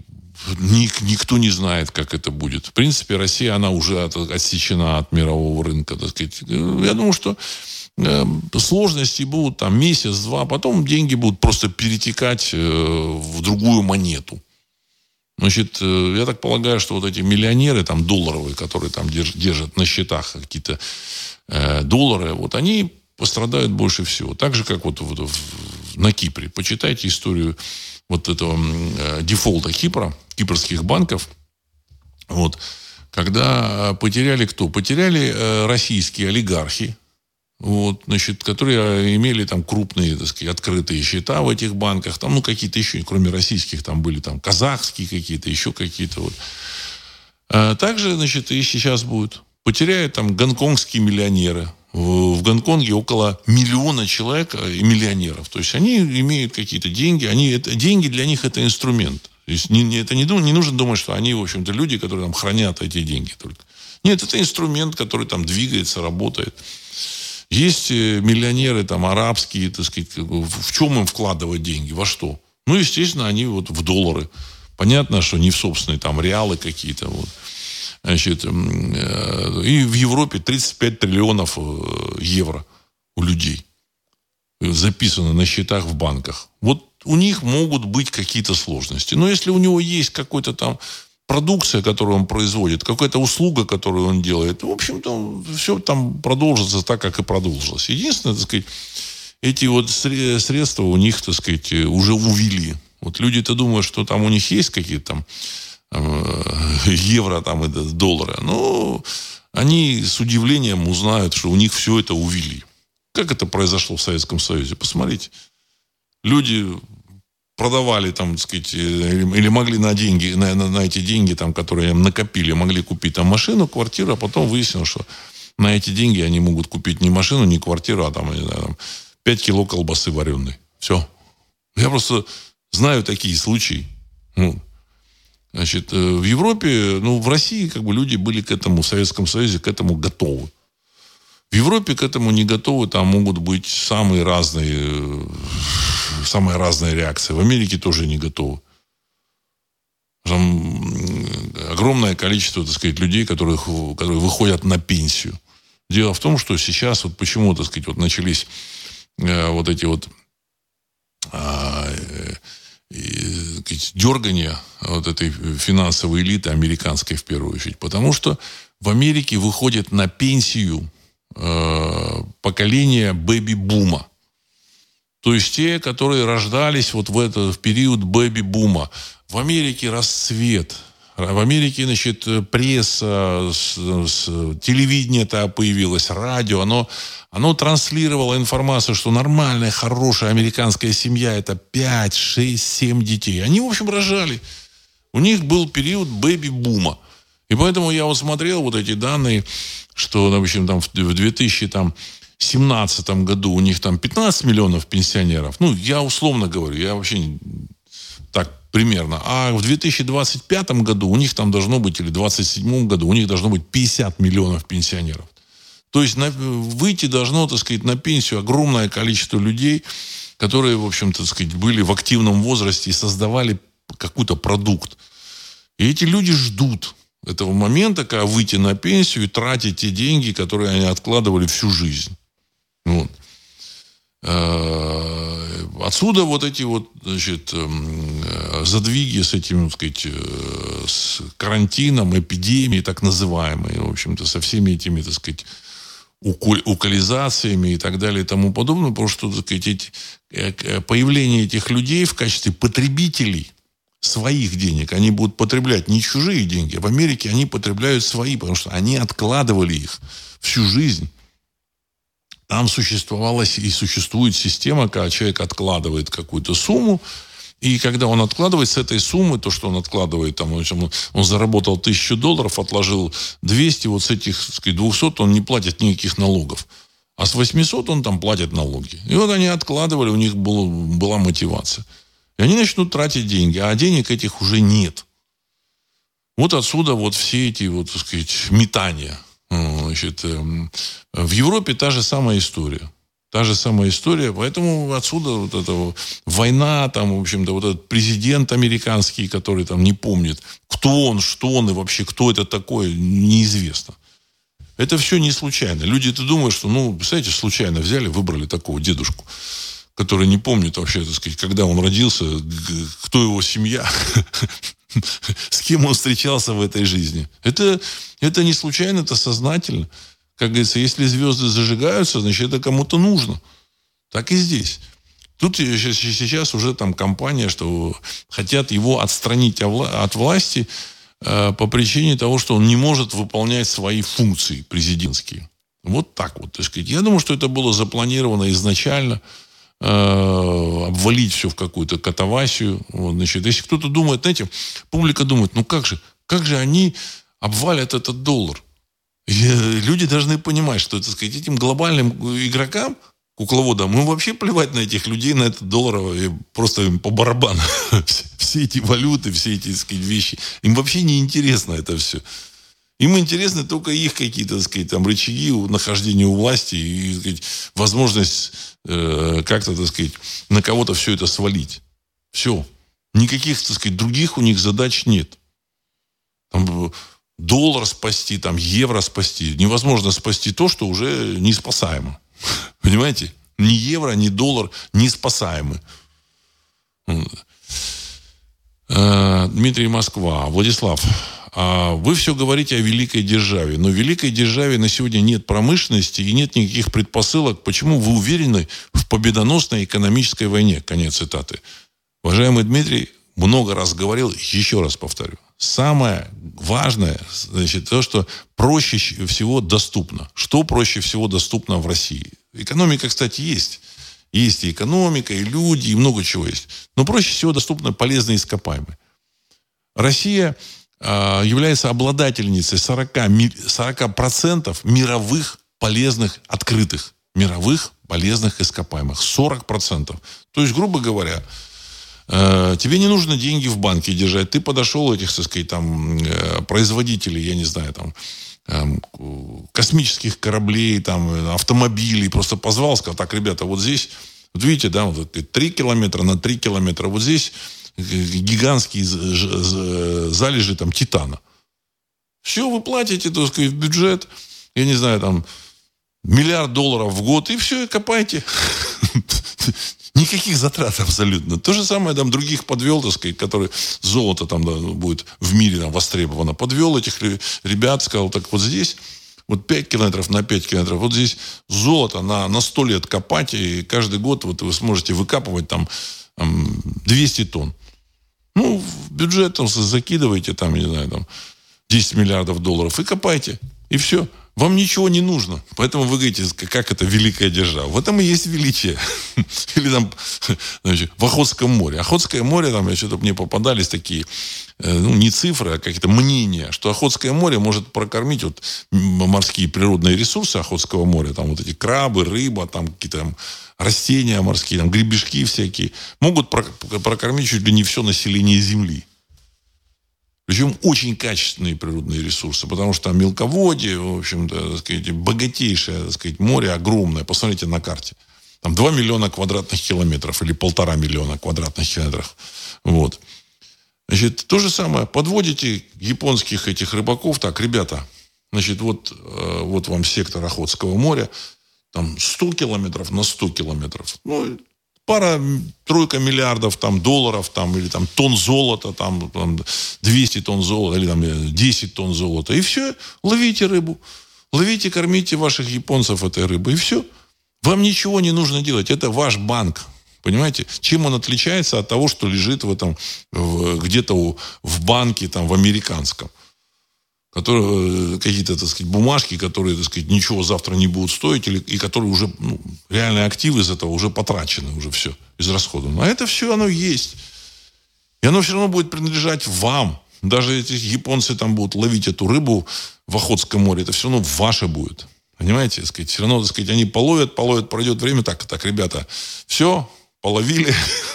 никто не знает, как это будет. В принципе, Россия, она уже отсечена от мирового рынка, так сказать. Я думаю, что сложности будут там месяц-два, потом деньги будут просто перетекать в другую монету. Значит, я так полагаю, что вот эти миллионеры там долларовые, которые там держат на счетах какие-то доллары, вот они пострадают больше всего. Так же, как вот на Кипре. Почитайте историю вот этого дефолта Кипра, кипрских банков. Вот. Когда потеряли кто? Потеряли российские олигархи, вот, значит, которые имели там крупные, так сказать, открытые счета в этих банках. Там, ну, какие-то еще, кроме российских, там были там казахские какие-то, еще какие-то. Вот. Также, значит, и сейчас будет. потеряют там гонконгские миллионеры. В Гонконге около 1 миллиона человек и миллионеров. То есть они имеют какие-то деньги. Деньги для них это инструмент. То есть не нужно думать, что они, в общем-то, люди, которые там хранят эти деньги только. Нет, это инструмент, который там двигается, работает. Есть миллионеры там арабские, так сказать, в чем им вкладывать деньги, во что? Ну, естественно, они вот в доллары. Понятно, что не в собственные там реалы какие-то. Вот. Значит, и в Европе 35 триллионов евро у людей записано на счетах в банках. Вот у них могут быть какие-то сложности. Но если у него есть какой-то там продукция, которую он производит, какая-то услуга, которую он делает, в общем-то, все там продолжится так, как и продолжилось. Единственное, так сказать, эти вот средства у них, так сказать, уже увели. Вот люди-то думают, что там у них есть какие-то там евро там, и доллары. Но они с удивлением узнают, что у них все это увели. Как это произошло в Советском Союзе? Посмотрите. Люди продавали, там, так сказать, или могли на деньги, на эти деньги, там, которые им накопили, могли купить там машину, квартиру, а потом выяснилось, что на эти деньги они могут купить не машину, не квартиру, а там, не знаю, там 5 кило колбасы вареной. Все. Я просто знаю такие случаи. Значит, в Европе, в России как бы люди были к этому, в Советском Союзе, к этому готовы. В Европе к этому не готовы, там могут быть самые разные реакции. В Америке тоже не готовы. Там огромное количество, так сказать, людей, которые выходят на пенсию. Дело в том, что сейчас вот почему, так сказать, вот начались вот эти вот дергания вот этой финансовой элиты американской в первую очередь. Потому что в Америке выходит на пенсию поколение бэби-бума. То есть те, которые рождались вот в период бэби-бума. В Америке расцвет. В Америке, значит, пресса, телевидение-то появилось, радио. Оно транслировало информацию, что нормальная, хорошая американская семья – это 5, 6, 7 детей. Они, в общем, рожали. У них был период бэби-бума. И поэтому я вот смотрел вот эти данные, что, допустим, там в 2017 году у них там 15 миллионов пенсионеров. Я условно говорю, я вообще так примерно. А в 2025 году у них там должно быть, или в 2027 году у них должно быть 50 миллионов пенсионеров. То есть выйти должно, так сказать, на пенсию огромное количество людей, которые, в общем-то, так сказать, были в активном возрасте и создавали какой-то продукт. И эти люди ждут этого момента, когда выйти на пенсию и тратить те деньги, которые они откладывали всю жизнь. Вот. Отсюда вот эти вот, значит, задвиги с этим, так сказать, с карантином, эпидемией так называемой, в общем-то, со всеми этими, так сказать, укализациями и так далее и тому подобное, потому что, так сказать, появление этих людей в качестве потребителей своих денег, они будут потреблять не чужие деньги, а в Америке они потребляют свои, потому что они откладывали их всю жизнь. Там существовала и существует система, когда человек откладывает какую-то сумму, и когда он откладывает с этой суммы, то, что он откладывает, там, он заработал $1000, отложил 200, вот с этих, так сказать, 200 он не платит никаких налогов. А с 800 он там платит налоги. И вот они откладывали, у них была мотивация. И они начнут тратить деньги, а денег этих уже нет. Вот отсюда вот все эти, вот, так сказать, метания. Значит, в Европе та же самая история. Та же самая история. Поэтому отсюда вот эта война, там, в общем-то, вот этот президент американский, который там не помнит, кто он, что он и вообще кто это такое, неизвестно. Это все не случайно. Люди-то думают, что, представляете, случайно взяли, выбрали такого дедушку, который не помнит вообще, так сказать, когда он родился, кто его семья, с кем он встречался в этой жизни. Это не случайно, это сознательно. Как говорится, если звезды зажигаются, значит, это кому-то нужно. Так и здесь. Тут сейчас уже там компания, что хотят его отстранить от власти по причине того, что он не может выполнять свои функции президентские. Вот так вот, так сказать. Я думаю, что это было запланировано изначально, обвалить все в какую-то катавасию. Вот, значит, если кто-то думает, знаете, публика думает, как же они обвалят этот доллар? Люди должны понимать, что, так сказать, этим глобальным игрокам, кукловодам, им вообще плевать на этих людей, на это долларовое, просто им по барабану. Все эти валюты, все эти, так сказать, вещи. Им вообще не интересно это все. Им интересны только их какие-то, так сказать, там, рычаги нахождения у власти и, так сказать, возможность как-то, так сказать, на кого-то все это свалить. Все. Никаких, так сказать, других у них задач нет. Там, доллар спасти, там, евро спасти. Невозможно спасти то, что уже неспасаемо. Понимаете? Ни евро, ни доллар не спасаемы. Дмитрий, Москва. Владислав, вы все говорите о великой державе. Но в великой державе на сегодня нет промышленности и нет никаких предпосылок. Почему вы уверены в победоносной экономической войне? Конец цитаты. Уважаемый Дмитрий, много раз говорил, еще раз повторю. Самое важное, значит, то, что проще всего доступно. Что проще всего доступно в России? Экономика, кстати, есть. Есть и экономика, и люди, и много чего есть. Но проще всего доступны полезные ископаемые. Россия является обладательницей 40% мировых полезных, открытых, мировых полезных ископаемых. 40%. То есть, грубо говоря, тебе не нужно деньги в банке держать. Ты подошел этих, так сказать, там, производителей, я не знаю, там, космических кораблей, там, автомобилей, просто позвал, сказал: так, ребята, вот здесь, вот видите, да, вот 3 километра на 3 километра, вот здесь гигантские залежи там титана. Все, вы платите, так сказать, в бюджет, я не знаю, там, $1 миллиард в год, и все, и копайте. Никаких затрат абсолютно. То же самое там других подвел, так сказать, которые золото там, да, будет в мире там востребовано. Подвел этих ребят, сказал: так вот здесь вот 5 километров на 5 километров, вот здесь золото на 100 лет копать, и каждый год вот вы сможете выкапывать там 200 тонн. Ну, в бюджет там закидываете, там, не знаю, там 10 миллиардов долларов и копайте. И все. Вам ничего не нужно. Поэтому вы говорите, как это великая держава. В этом и есть величие. Или там, значит, в Охотском море. Охотское море, там, что-то мне попадались такие, ну, не цифры, а какие-то мнения, что Охотское море может прокормить вот морские природные ресурсы Охотского моря. Там вот эти крабы, рыба, там какие-то там растения морские, там гребешки всякие. Могут прокормить чуть ли не все население Земли. Причем очень качественные природные ресурсы, потому что там мелководье, в общем-то, так сказать, богатейшее, так сказать, море огромное. Посмотрите на карте. Там 2 миллиона квадратных километров или 1,5 миллиона квадратных километров. Вот. Значит, то же самое. Подводите японских этих рыбаков. Так, ребята, значит, вот вам сектор Охотского моря. Там 100 километров на 100 километров. Ну, пара-тройка миллиардов там, долларов там, или там, тонн золота, там 200 тонн золота, или там 10 тонн золота. И все, ловите рыбу. Ловите, кормите ваших японцев этой рыбой. И все. Вам ничего не нужно делать. Это ваш банк. Понимаете? Чем он отличается от того, что лежит в этом, где-то в банке, там, в американском? Которые, какие-то, так сказать, бумажки, которые, так сказать, ничего завтра не будут стоить, и которые уже, ну, реальные активы из этого уже потрачены, уже все, израсходовано. А это все, оно есть. И оно все равно будет принадлежать вам. Даже эти японцы там будут ловить эту рыбу в Охотском море, это все равно ваше будет. Понимаете? Так сказать, все равно, так сказать, они половят, пройдет время, так, ребята, все, половили.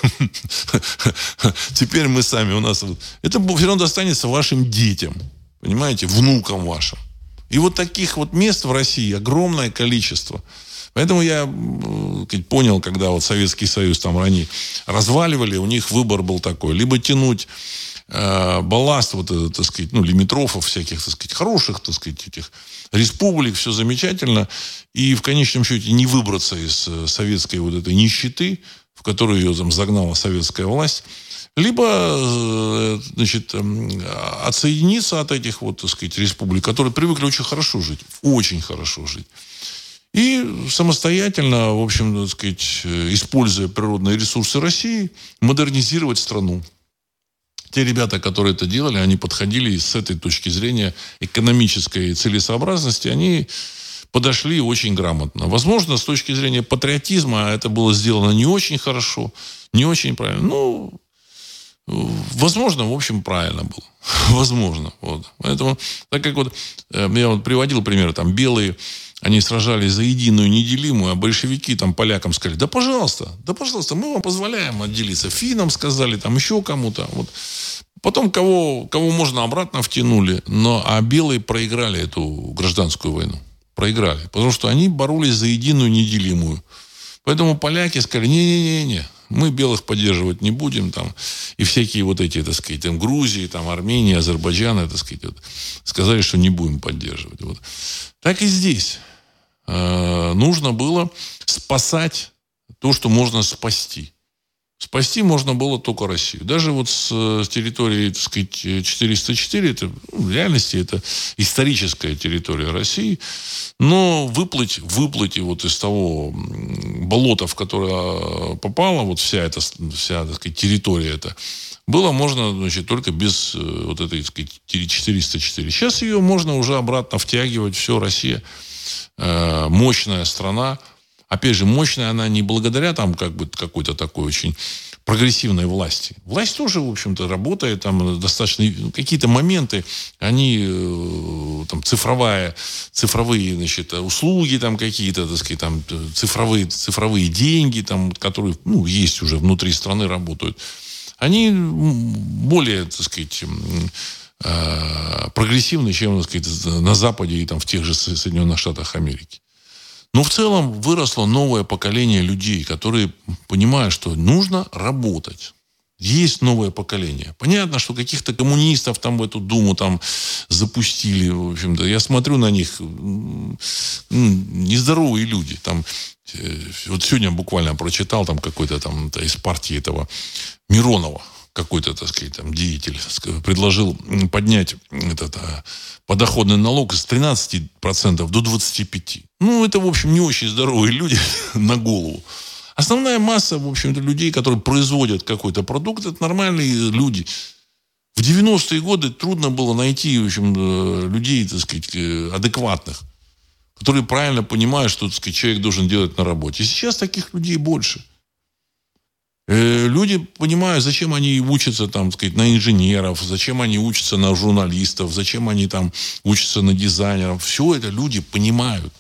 Теперь мы сами, у нас... Это все равно достанется вашим детям. Понимаете, внукам вашим. И вот таких вот мест в России огромное количество. Поэтому я понял, когда вот Советский Союз там они разваливали, у них выбор был такой: либо тянуть балласт, вот это, так сказать, ну, лимитрофов всяких, так сказать, хороших, так сказать, этих республик, все замечательно, и в конечном счете не выбраться из советской вот этой нищеты, в которую ее там загнала советская власть, либо, значит, отсоединиться от этих вот, так сказать, республик, которые привыкли очень хорошо жить. И самостоятельно, в общем, так сказать, используя природные ресурсы России, модернизировать страну. Те ребята, которые это делали, они подходили с этой точки зрения экономической целесообразности, они подошли очень грамотно. Возможно, с точки зрения патриотизма это было сделано не очень хорошо, не очень правильно. Ну, Возможно, в общем, правильно было. Возможно. Вот. Поэтому, так как вот я вот приводил пример, там белые, они сражались за единую неделимую, а большевики там полякам сказали, да пожалуйста, мы вам позволяем отделиться. Финнам сказали, там еще кому-то. Вот. Потом кого можно обратно втянули, а белые проиграли эту гражданскую войну. Проиграли. Потому что они боролись за единую неделимую. Поэтому поляки сказали, не-не-не, мы белых поддерживать не будем. Там, и всякие вот эти, так сказать, там, Грузии, там, Армении, Азербайджана, так сказать, вот, сказали, что не будем поддерживать. Вот. Так и здесь. Нужно было спасать то, что можно спасти. Спасти можно было только Россию. Даже вот с территории, так сказать, 404, это в реальности это историческая территория России, но выплыть вот из того болота, в которое попала вот вся, так сказать, территория эта, было можно, значит, только без вот этой, так сказать, 404. Сейчас ее можно уже обратно втягивать. Все, Россия мощная страна. Опять же, мощная она не благодаря там как бы какой-то такой очень прогрессивной власти. Власть тоже, в общем-то, работает. Там достаточно какие-то моменты, они там цифровые, значит, услуги там какие-то, так сказать, там цифровые деньги, там, которые, есть уже внутри страны работают. Они более, так сказать, прогрессивны, чем, так сказать, на Западе и там в тех же Соединенных Штатах Америки. Но в целом выросло новое поколение людей, которые понимают, что нужно работать. Есть новое поколение. Понятно, что каких-то коммунистов там в эту Думу там запустили. В общем-то, я смотрю на них, нездоровые люди. Там, вот сегодня буквально прочитал там какой-то там из партии этого Миронова. Какой-то, так сказать, там, деятель предложил поднять этот подоходный налог с 13% до 25%. Это, в общем, не очень здоровые люди на голову. Основная масса, в общем-то, людей, которые производят какой-то продукт, это нормальные люди. В 90-е годы трудно было найти, в общем, людей, так сказать, адекватных, которые правильно понимают, что, так сказать, человек должен делать на работе. И сейчас таких людей больше. Люди понимают, зачем они учатся там, так сказать, на инженеров, зачем они учатся на журналистов, зачем они там учатся на дизайнеров. Все это люди понимают.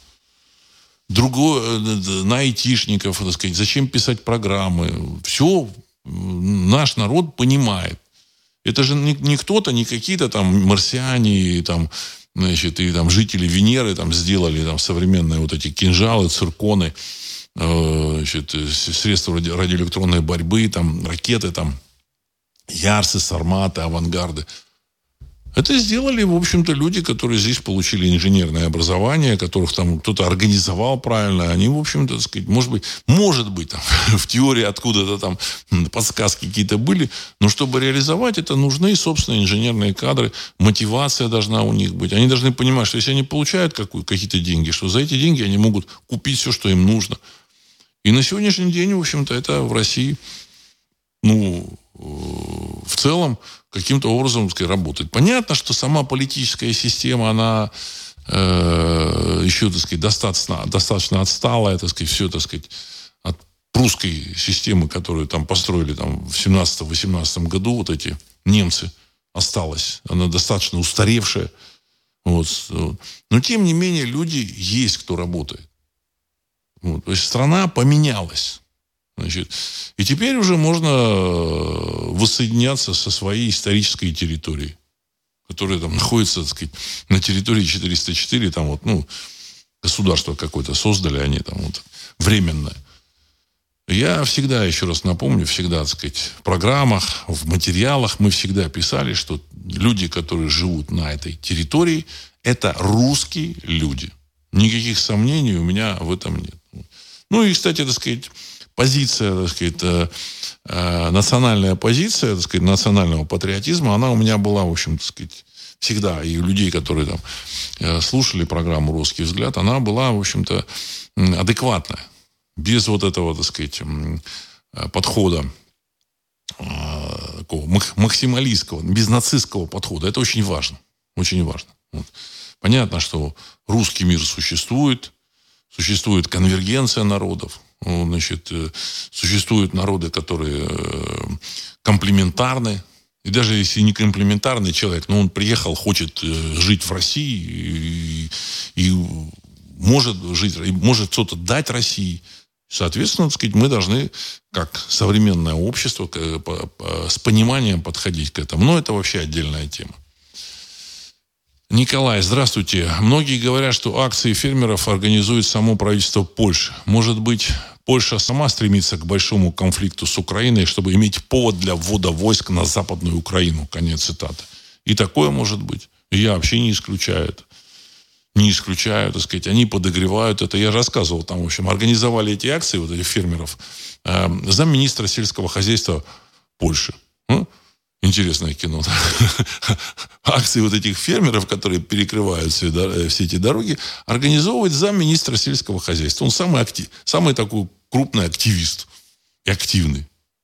На айтишников, так сказать, зачем писать программы. Все наш народ понимает. Это же не кто-то, не какие-то там марсиане, там, значит, и там жители Венеры там сделали там современные вот эти кинжалы, цирконы, значит, средства радиоэлектронной борьбы, там, ракеты, там, Ярсы, Сарматы, Авангарды. Это сделали, в общем-то, люди, которые здесь получили инженерное образование, которых там кто-то организовал правильно. Они, в общем-то, так сказать, может быть там, в теории откуда-то там подсказки какие-то были, но чтобы реализовать это, нужны собственные инженерные кадры, мотивация должна у них быть. Они должны понимать, что если они получают какие-то деньги, что за эти деньги они могут купить все, что им нужно. И на сегодняшний день, в общем-то, это в России, в целом, каким-то образом, так сказать, работает. Понятно, что сама политическая система, она еще, так сказать, достаточно отсталая, так сказать, все, так сказать, от прусской системы, которую там построили там, в 17-18 году, вот эти немцы, осталась. Она достаточно устаревшая. Вот. Но, тем не менее, люди есть, кто работает. Вот. То есть страна поменялась. Значит, и теперь уже можно воссоединяться со своей исторической территорией, которая там находится, так сказать, на территории 404, там вот, государство какое-то создали они там вот временное. Я всегда, еще раз напомню, всегда, так сказать, в программах, в материалах мы всегда писали, что люди, которые живут на этой территории, это русские люди. Никаких сомнений у меня в этом нет. И, кстати, так сказать, позиция, так сказать, национальная позиция, так сказать, национального патриотизма, она у меня была, в общем, так сказать, всегда. И у людей, которые там слушали программу «Русский взгляд», она была, в общем-то, адекватная. Без вот этого, так сказать, подхода такого максималистского, без нацистского подхода. Это очень важно. Очень важно. Вот. Понятно, что русский мир существует конвергенция народов. Значит, существуют народы, которые комплементарны. И даже если не комплементарный человек, но он приехал, хочет жить в России и может жить, и может что-то дать России. Соответственно, так сказать, мы должны, как современное общество, с пониманием подходить к этому. Но это вообще отдельная тема. Николай, здравствуйте. Многие говорят, что акции фермеров организует само правительство Польши. Может быть, Польша сама стремится к большому конфликту с Украиной, чтобы иметь повод для ввода войск на Западную Украину. Конец цитаты. И такое может быть. Я вообще не исключаю это. Не исключаю, так сказать, они подогревают это. Я рассказывал там, в общем, организовали эти акции, вот этих фермеров, замминистра сельского хозяйства Польши. Интересное кино. Акции вот этих фермеров, которые перекрывают все эти дороги, организовывает замминистра сельского хозяйства. Он самый такой крупный активист. И активный.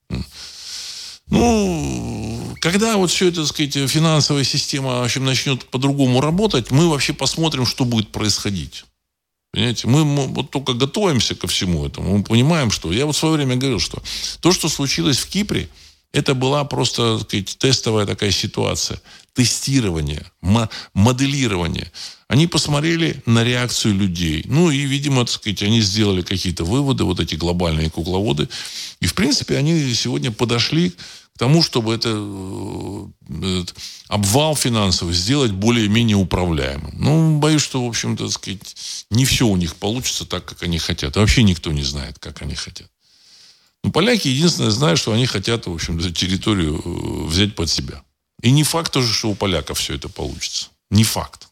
Когда вот все это, так сказать, финансовая система, в общем, начнет по-другому работать, мы вообще посмотрим, что будет происходить. Понимаете? Мы вот только готовимся ко всему этому. Мы понимаем, что... Я вот в свое время говорил, что то, что случилось в Кипре, это была просто, так сказать, тестовая такая ситуация. Тестирование, моделирование. Они посмотрели на реакцию людей. И, видимо, так сказать, они сделали какие-то выводы, вот эти глобальные кукловоды. И, в принципе, они сегодня подошли к тому, чтобы этот обвал финансовый сделать более-менее управляемым. Боюсь, что, в общем-то, так сказать, не все у них получится так, как они хотят. Вообще никто не знает, как они хотят. Поляки единственное знают, что они хотят, в общем-то, территорию взять под себя. И не факт тоже, что у поляков все это получится. Не факт.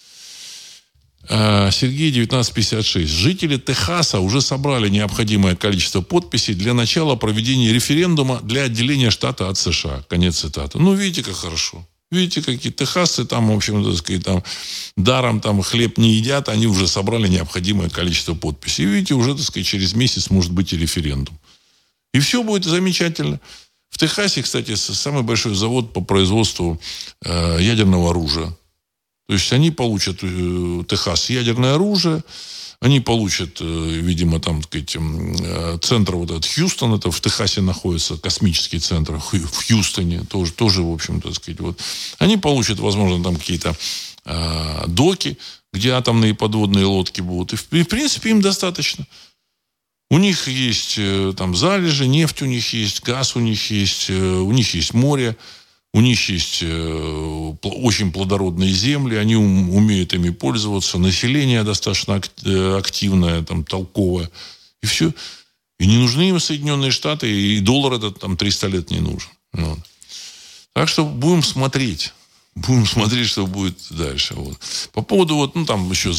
Сергей, 1956. Жители Техаса уже собрали необходимое количество подписей для начала проведения референдума для отделения штата от США. Конец цитаты. Видите, как хорошо. Видите, какие техасцы там, в общем-то, так сказать, там даром там хлеб не едят, они уже собрали необходимое количество подписей. И видите, уже, так сказать, через месяц может быть и референдум. И все будет замечательно. В Техасе, кстати, самый большой завод по производству ядерного оружия. То есть они получат, Техас, ядерное оружие, они получат, видимо, там, так сказать, центр вот этот Хьюстон, это в Техасе находится, космический центр в Хьюстоне, тоже в общем-то, так сказать, вот. Они получат, возможно, там какие-то доки, где атомные подводные лодки будут. И, в принципе, им достаточно. У них есть там залежи, нефть у них есть, газ у них есть море, у них есть очень плодородные земли, они умеют ими пользоваться, население достаточно активное, там, толковое, и все. И не нужны им Соединенные Штаты, и доллар этот там 300 лет не нужен. Вот. Так что будем смотреть. Будем смотреть, что будет дальше. Вот. По поводу, там еще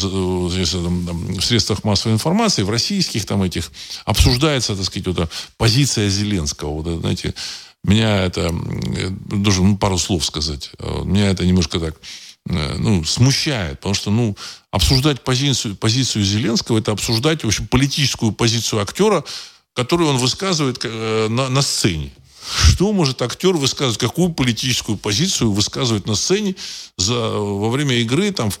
в средствах массовой информации, в российских там этих, обсуждается, так сказать, вот позиция Зеленского. Вот, знаете, меня это, должен пару слов сказать, меня это немножко так, смущает, потому что, обсуждать позицию Зеленского, это обсуждать, в общем, политическую позицию актера, которую он высказывает на сцене. Что может актер высказывать, какую политическую позицию высказывать на сцене во время игры там, в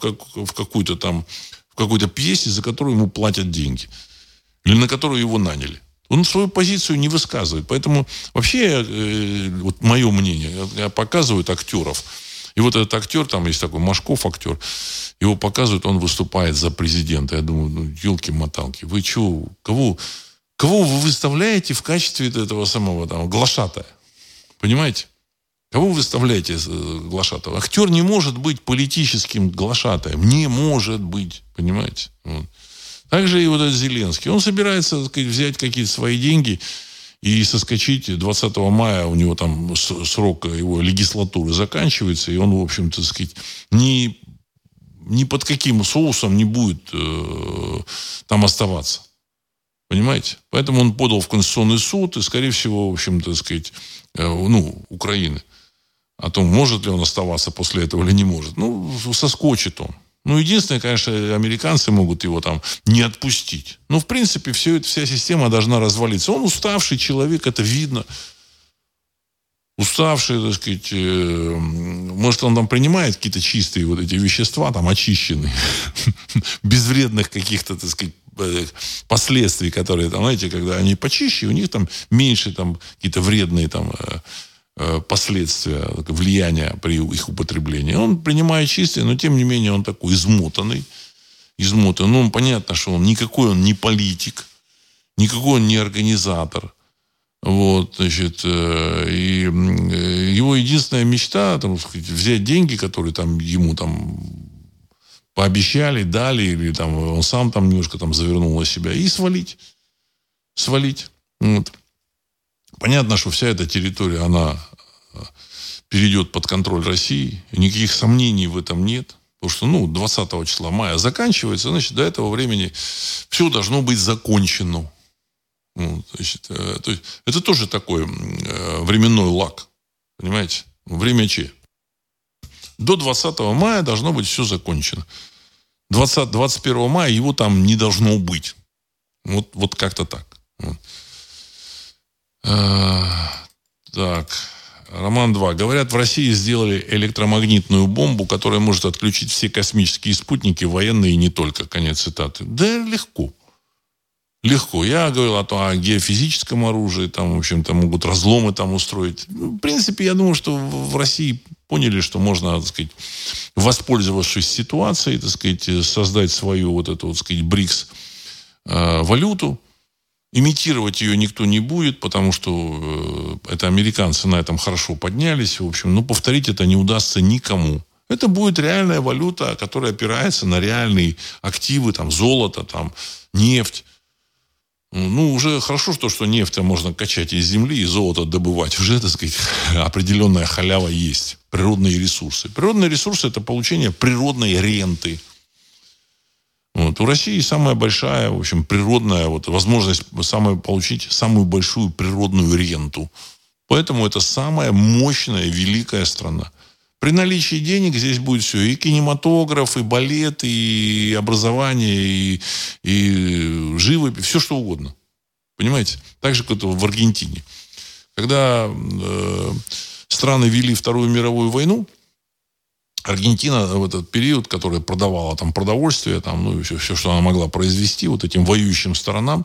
какой-то пьесе, за которую ему платят деньги? Или на которую его наняли? Он свою позицию не высказывает. Поэтому вообще, вот мое мнение, я показывают актеров. И вот этот актер, там есть такой Машков актер, его показывают, он выступает за президента. Я думаю, елки-моталки, вы что, Кого вы выставляете в качестве этого самого там, глашатая? Понимаете? Кого вы выставляете глашатая? Актер не может быть политическим глашатаем. Не может быть. Понимаете? Вот. Также и вот этот Зеленский. Он собирается, так сказать, взять какие-то свои деньги и соскочить. 20 мая у него там срок его легислатуры заканчивается. И он, в общем-то, так сказать, ни под каким соусом не будет там оставаться. Понимаете? Поэтому он подал в Конституционный суд и, скорее всего, в общем-то, так сказать, Украины. О том, может ли он оставаться после этого или не может. Соскочит он. Единственное, конечно, американцы могут его там не отпустить. В принципе, вся система должна развалиться. Он уставший человек, это видно. Уставший, так сказать, может, он там принимает какие-то чистые вот эти вещества, там, очищенные, без вредных каких-то, так сказать, последствий, которые там, знаете, когда они почище, у них там меньше там какие-то вредные там последствия, влияния при их употреблении. Он принимает чистый, но тем не менее он такой измотанный. Ну, понятно, что он никакой он не политик, никакой он не организатор. Вот, значит, и его единственная мечта, там, взять деньги, которые там ему там пообещали, дали, или там он сам там немножко там завернул на себя, и свалить. Вот. Понятно, что вся эта территория, она перейдет под контроль России. Никаких сомнений в этом нет. Потому что, 20 числа мая заканчивается, значит, до этого времени все должно быть закончено. Вот, значит, то есть, это тоже такой временной лаг. Понимаете? Время Че. До 20 мая должно быть все закончено. 21 мая его там не должно быть. Вот как-то так. Вот. Так. Роман 2. Говорят, в России сделали электромагнитную бомбу, которая может отключить все космические спутники, военные и не только. Конец цитаты. Да, легко. Легко. Я говорил о геофизическом оружии, там, в общем-то, могут разломы там устроить. В принципе, я думаю, что в России поняли, что можно, так сказать, воспользовавшись ситуацией, так сказать, создать свою вот эту, так сказать, БРИКС валюту. Имитировать ее никто не будет, потому что это американцы на этом хорошо поднялись. В общем, но повторить это не удастся никому. Это будет реальная валюта, которая опирается на реальные активы, там, золото, там, нефть. Уже хорошо, что нефть можно качать из земли и золото добывать. Уже, так сказать, определенная халява есть. Природные ресурсы. Природные ресурсы – это получение природной ренты. Вот. У России самая большая, в общем, природная возможность получить самую большую природную ренту. Поэтому это самая мощная, великая страна. При наличии денег здесь будет все. И кинематограф, и балет, и образование, и живопись. Все, что угодно. Понимаете? Так же, как в Аргентине. Когда страны вели Вторую мировую войну, Аргентина в этот период, которая продавала там продовольствие, там, и все, что она могла произвести вот этим воюющим сторонам,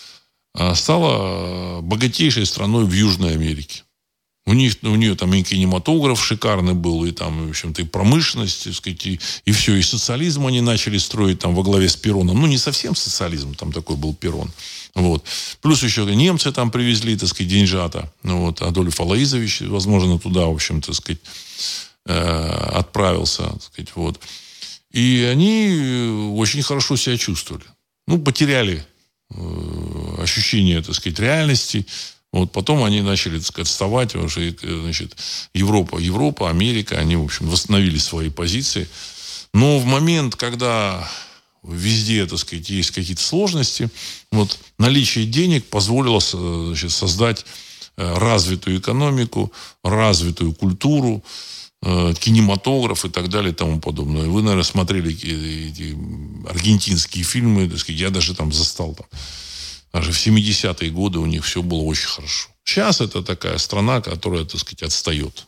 стала богатейшей страной в Южной Америке. У нее там и кинематограф шикарный был, и там, в общем-то, и промышленность, так сказать, и все, и социализм они начали строить там во главе с Пероном. Не совсем социализм, там такой был Перон. Вот. Плюс еще немцы там привезли, так сказать, деньжата. Адольф Алаизович, возможно, туда, в общем, так сказать, отправился, так сказать, вот. И они очень хорошо себя чувствовали. Потеряли ощущение, так сказать, реальности. Вот потом они начали, так сказать, отставать. Уже, значит, Европа, Америка, они, в общем, восстановили свои позиции. Но в момент, когда везде, так сказать, есть какие-то сложности, наличие денег позволило, значит, создать развитую экономику, развитую культуру, кинематограф и так далее и тому подобное. Вы, наверное, смотрели эти аргентинские фильмы, так сказать, я даже там застал там. Даже в 70-е годы у них все было очень хорошо. Сейчас это такая страна, которая, так сказать, отстает.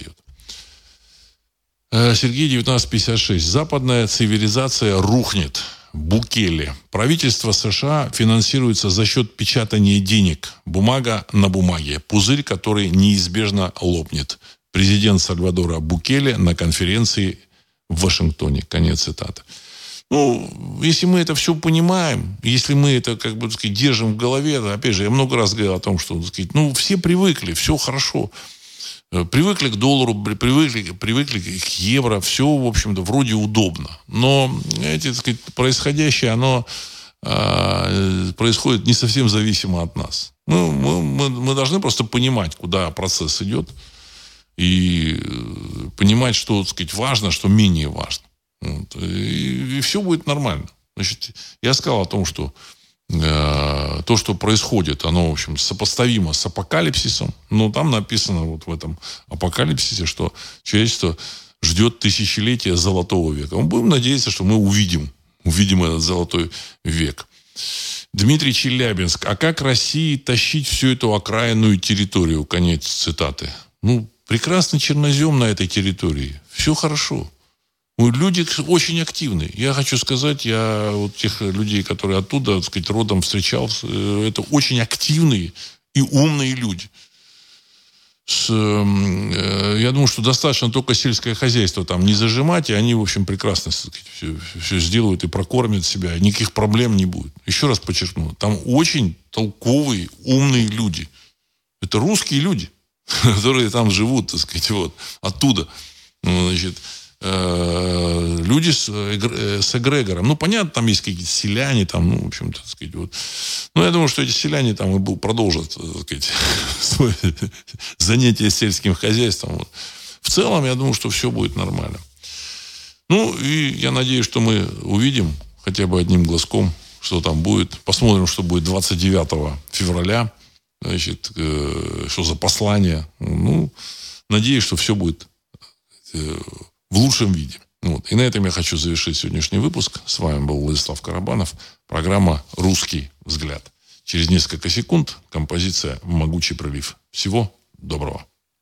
Сергей, 1956. Западная цивилизация рухнет. Букеле. Правительство США финансируется за счет печатания денег. Бумага на бумаге. Пузырь, который неизбежно лопнет. Президент Сальвадора Букеле на конференции в Вашингтоне. Конец цитаты. Если мы это все понимаем, если мы это, как бы, так сказать, держим в голове, то, опять же, я много раз говорил о том, что, так сказать, все привыкли, все хорошо. Привыкли к доллару, привыкли к евро, все, в общем-то, вроде удобно. Но, так сказать, происходящее, оно происходит не совсем зависимо от нас. Мы должны просто понимать, куда процесс идет, и понимать, что, так сказать, важно, что менее важно. И все будет нормально. Значит, я сказал о том, что то, что происходит, оно, в общем, сопоставимо с апокалипсисом. Но там написано в этом апокалипсисе, что человечество ждет тысячелетия золотого века. Мы будем надеяться, что мы увидим этот золотой век. Дмитрий, Челябинск. А как России тащить всю эту окраинную территорию? Конец цитаты. Прекрасный чернозем на этой территории. Все хорошо. Люди очень активные. Я хочу сказать, я вот тех людей, которые оттуда, так сказать, родом встречал, это очень активные и умные люди. Я думаю, что достаточно только сельское хозяйство там не зажимать, и они, в общем, прекрасно, так сказать, все сделают и прокормят себя. Никаких проблем не будет. Еще раз подчеркну, там очень толковые, умные люди. Это русские люди, которые там живут, так сказать, вот, оттуда. Значит, люди с эгрегором. Ну, понятно, там есть какие-то селяне, там, ну, в общем-то, так сказать, вот. Но я думаю, что эти селяне там и продолжат, так сказать, свое занятие сельским хозяйством. Вот. В целом, я думаю, что все будет нормально. Ну, и я надеюсь, что мы увидим хотя бы одним глазком, что там будет. Посмотрим, что будет 29 февраля. Значит, что за послание. Ну, надеюсь, что все будет в лучшем виде. Вот. И на этом я хочу завершить сегодняшний выпуск. С вами был Владислав Карабанов. Программа «Русский взгляд». Через несколько секунд композиция «Могучий прилив». Всего доброго.